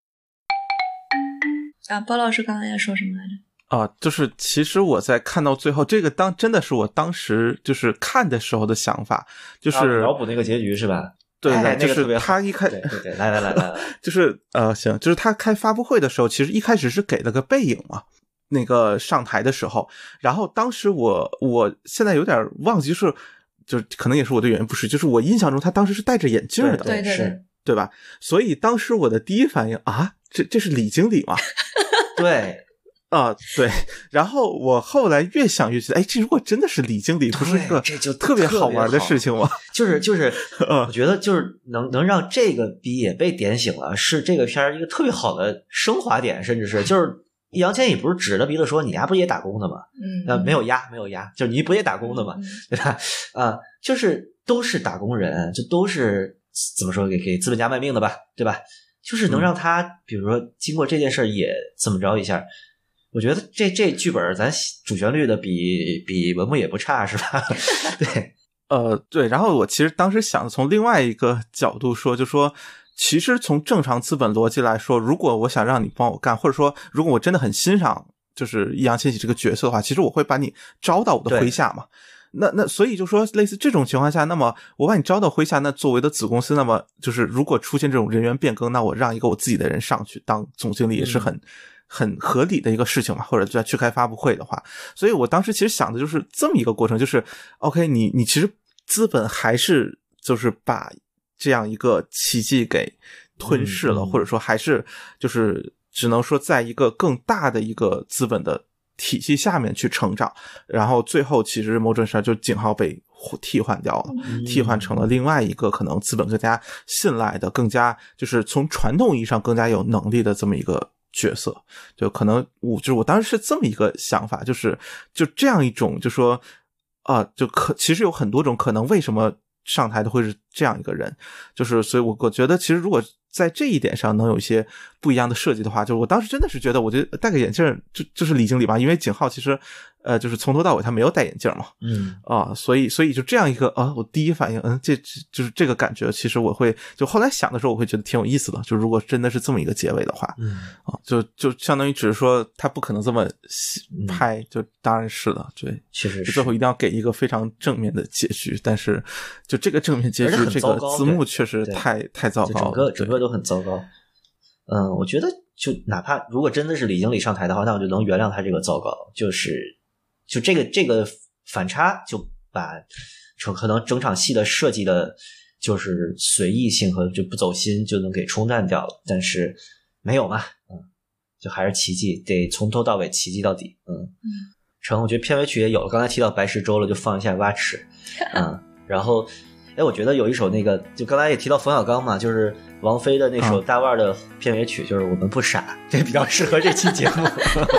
C: 啊！包老师刚才要说什么来着？
B: 就是其实我在看到最后，这个真的是我当时就是看的时候的想法，就是
A: 脑补那个结局是吧？
B: 对，
A: 就是
B: 他一开，
A: 对，来，
B: 就是行，就是他开发布会的时候，其实一开始是给了个背影嘛，那个上台的时候，然后当时我现在有点忘记，就是可能也是我对演员不识，就是我印象中他当时是戴着眼镜的，对吧？所以当时我的第一反应这是李经理吗？
A: 对。
B: 对，然后我后来越想越觉得，这如果真的是李经理，不是一个
A: 这就
B: 特别好玩的事情吗？
A: 就是我觉得就是能让这个笔也被点醒了，是这个片儿一个特别好的升华点，甚至是就是易烊千玺不是指着鼻子说你不也打工的吗？没有压，就是你不也打工的吗？对吧？就是都是打工人，就都是怎么说给资本家卖命的吧，对吧？就是能让他比如说经过这件事也怎么着一下。我觉得这剧本咱主旋律的比文牧也不差，是吧？对，
B: 对。然后我其实当时想从另外一个角度说，就说其实从正常资本逻辑来说，如果我想让你帮我干，或者说如果我真的很欣赏就是易烊千玺这个角色的话，其实我会把你招到我的麾下嘛。那所以就说类似这种情况下，那么我把你招到麾下，那作为的子公司，那么就是如果出现这种人员变更，那我让一个我自己的人上去当总经理也是很合理的一个事情嘛，或者在去开发布会的话，所以我当时其实想的就是这么一个过程，就是 OK， 你其实资本还是就是把这样一个奇迹给吞噬了，或者说还是就是只能说在一个更大的一个资本的体系下面去成长，然后最后其实某种上就景浩被替换掉了，替换成了另外一个可能资本更加信赖的，更加就是从传统意义上更加有能力的这么一个角色。就可能我当时是这么一个想法，就这样一种就说其实有很多种可能，为什么上台的会是这样一个人，就是所以我觉得其实如果在这一点上能有一些不一样的设计的话，就是我当时真的是觉得我觉得戴个眼镜就是李经理吧，因为景浩其实就是从头到尾他没有戴眼镜嘛，所以就这样一个我第一反应这就是这个感觉，其实我会就后来想的时候我会觉得挺有意思的，就如果真的是这么一个结尾的话，就相当于只是说他不可能这么拍，就当然是的，对，
A: 确实是
B: 最后一定要给一个非常正面的结局，但是就这个正面结局这个字幕确实太糟糕了，
A: 整个都很糟糕。我觉得就哪怕如果真的是李经理上台的话，那我就能原谅他这个糟糕，就这个反差就把可能整场戏的设计的就是随意性和就不走心就能给冲淡掉了，但是没有嘛，就还是奇迹，得从头到尾奇迹到底。成，我觉得片尾曲也有了，刚才提到白石洲了，就放一下蛙池，然后我觉得有一首那个，就刚才也提到冯小刚嘛，就是王菲的那首大腕的片尾曲，就是我们不傻，这比较适合这期节目。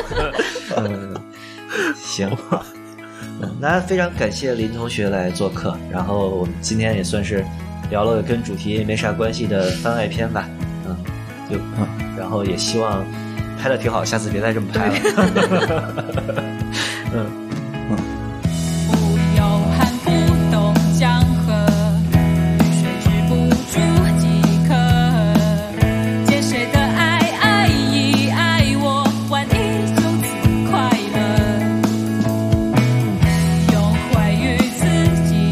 A: 行，那非常感谢林同学来做客，然后我们今天也算是聊了跟主题没啥关系的番外篇吧，然后也希望拍的挺好，下次别再这么拍了。
G: 不忧寒不动江河，水止不住即可。借谁的爱，爱已爱我，万一就此快乐。用怀于自己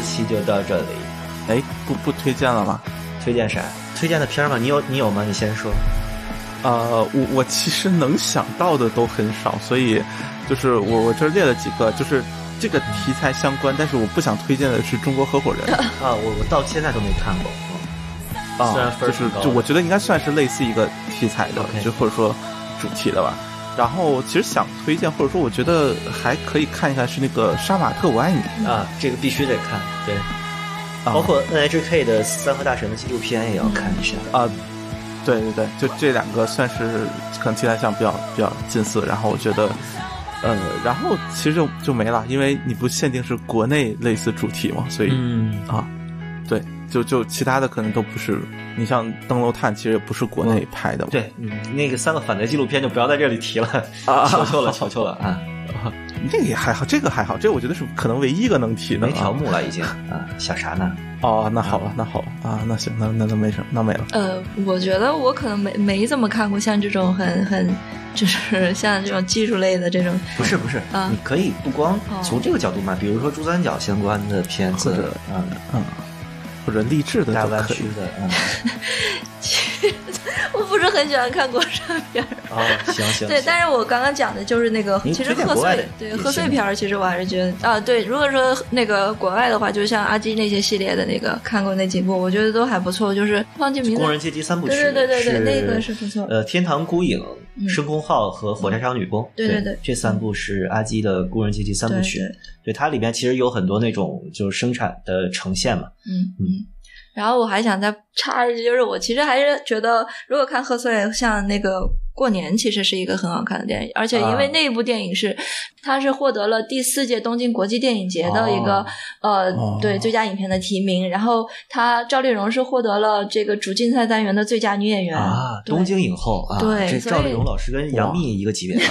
A: 一期就到这里。
B: 哎，不推荐了吗？
A: 推荐啥？推荐的片吗？你有吗？你先说。
B: 我其实能想到的都很少，所以就是我这列了几个，就是这个题材相关，但是我不想推荐的是《中国合伙人》
A: 啊，我到现在都没看过。虽然分
B: 就我觉得应该算是类似一个题材的，
A: okay.
B: 就或者说主题的吧。然后其实想推荐，或者说我觉得还可以看一看是那个《杀马特我爱你》
A: 啊，这个必须得看，对，包括 NHK 的三和大神的纪录片也要看一下
B: 啊。对，就这两个算是可能题材上比较近似，然后我觉得，然后其实就没了，因为你不限定是国内类似主题嘛，所以对，就其他的可能都不是，你像《登楼探》其实也不是国内拍的嘛。
A: 对，那个三个反贼纪录片就不要在这里提了，求求了啊！
B: 那个也还好，这个还好，这个我觉得是可能唯一一个能提的。
A: 没条目了已经啊，想啥呢？
B: 哦，那好吧啊，那行，那没什么，那没了。
C: 我觉得我可能没怎么看过像这种很就是像这种技术类的这种。
A: 不是啊，你可以不光从这个角度嘛，比如说珠三角相关的片子，
B: 或者励志的
A: 大湾区的，
C: 我不是很喜欢看国产片
A: 行。
C: 对，但是我刚刚讲的就是那个，其实贺岁片，其实我还是觉得对，如果说那个国外的话，就像阿基那些系列的那个，看过那几部，我觉得都还不错。就是忘记名字，
A: 工人阶级三部曲，
C: 对，那个是不错。
A: 天堂孤影、升空号和火柴厂女工，
C: 对，
A: 这三部是阿基的工人阶级三部曲。对，它里面其实有很多那种就是生产的呈现嘛。
C: 然后我还想再插一句，就是我其实还是觉得，如果看贺岁，像那个过年，其实是一个很好看的电影，而且因为那部电影它是获得了第4届东京国际电影节的一个对最佳影片的提名，然后赵丽蓉是获得了这个主竞赛单元的最佳女演员
A: 东京影后啊，
C: 对，
A: 这赵丽蓉老师跟杨幂一个级别的。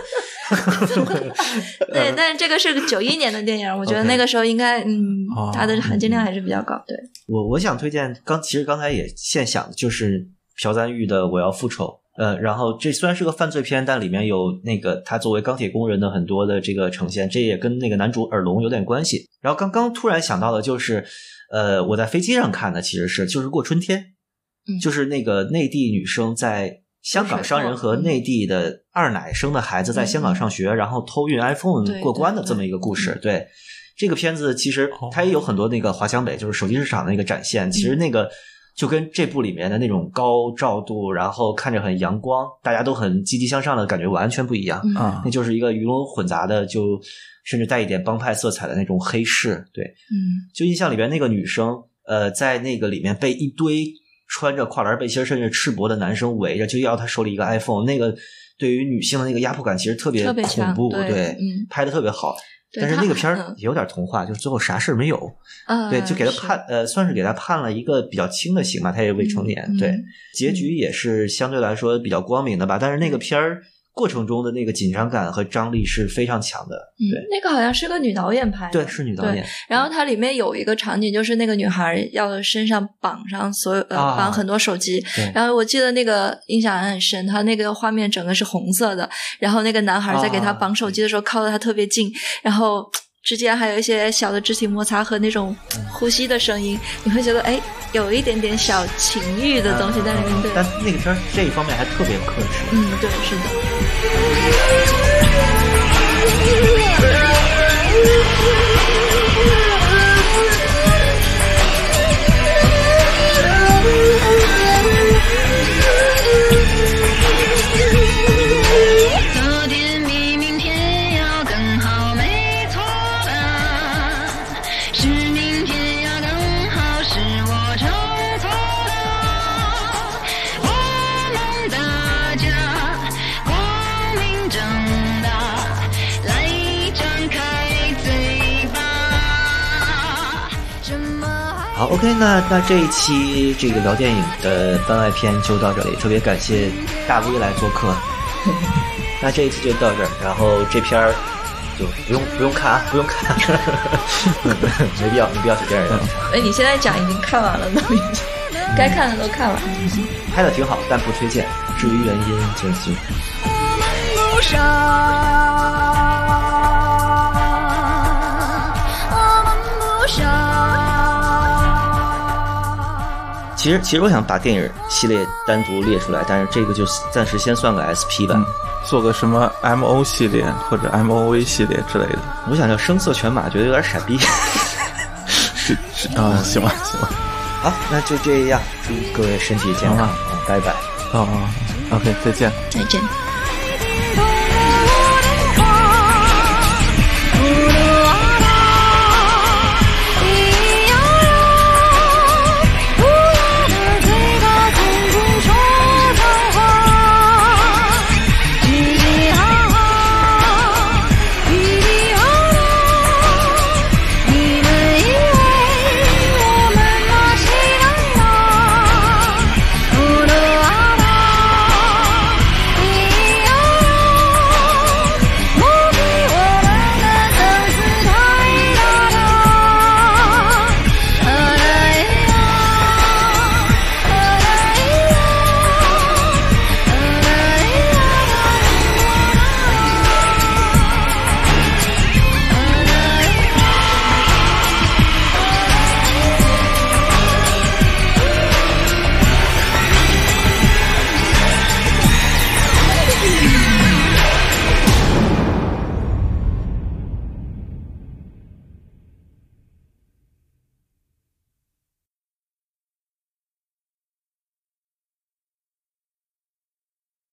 C: 对，但是这个是个91年的电影，我觉得那个时候应该它的含金量还是比较高。对，
A: 我想推荐其实刚才也现想的就是朴赞郁的《我要复仇》，然后这虽然是个犯罪片，但里面有那个他作为钢铁工人的很多的这个呈现，这也跟那个男主耳聋有点关系。然后刚刚突然想到的就是我在飞机上看的其实就是过春天，就是那个内地女生在香港商人和内地的二奶生的孩子在香港上学，然后偷运 iPhone 过关的这么一个故事。对，这个片子其实它也有很多那个华强北就是手机市场的那个展现，其实那个就跟这部里面的那种高照度，然后看着很阳光，大家都很积极向上的感觉完全不一样。那就是一个鱼龙混杂的，就甚至带一点帮派色彩的那种黑市。对，就印象里边那个女生在那个里面被一堆穿着跨栏背心甚至赤膊的男生围着，就要他手里一个 iPhone， 那个对于女性的那个压迫感其实特别恐怖，对，拍得特别好。但是那个片儿也有点童话，就是最后啥事没有，对，就给他算是给他判了一个比较轻的刑吧，他也未成年，对，结局也是相对来说比较光明的吧。但是那个片儿过程中的那个紧张感和张力是非常强的。对，
C: 那个好像是个女导演拍的，
A: 对，是女导演。
C: 然后它里面有一个场景，就是那个女孩要身上绑上所有绑很多手机，然后我记得那个印象很深，她那个画面整个是红色的，然后那个男孩在给她绑手机的时候靠得她特别近，然后之间还有一些小的肢体摩擦和那种呼吸的声音，你会觉得有一点点小情欲的东西在里面。对，
A: 但那个片这一方面还特别克制。
C: 对，是的。
D: 昨天比明天要更好，没错吧？是明天要更好，是我承错了。我们大家光明正大来张开嘴巴。什么？
A: 好 ，OK， 那这一期这个聊电影的番外篇就到这里，特别感谢大 V 来做客。那这一期就到这儿，然后这篇儿就不用看啊，不用看，没必要随便人。
C: 你现在讲已经看完了，都已经该看的都看完了，
A: 拍的挺好，但不推荐。至于原因，就是
D: 不傻，我们不傻。
A: 其实我想把电影系列单独列出来，但是这个就暂时先算个 SP 吧。
B: 做个什么 MO 系列或者 MOV 系列之类的。
A: 我想叫声色犬马，觉得有点傻逼。
B: 行吧。
A: 好，那就这样，祝各位身体健康，拜拜。
B: OK， 再见。
C: 再见。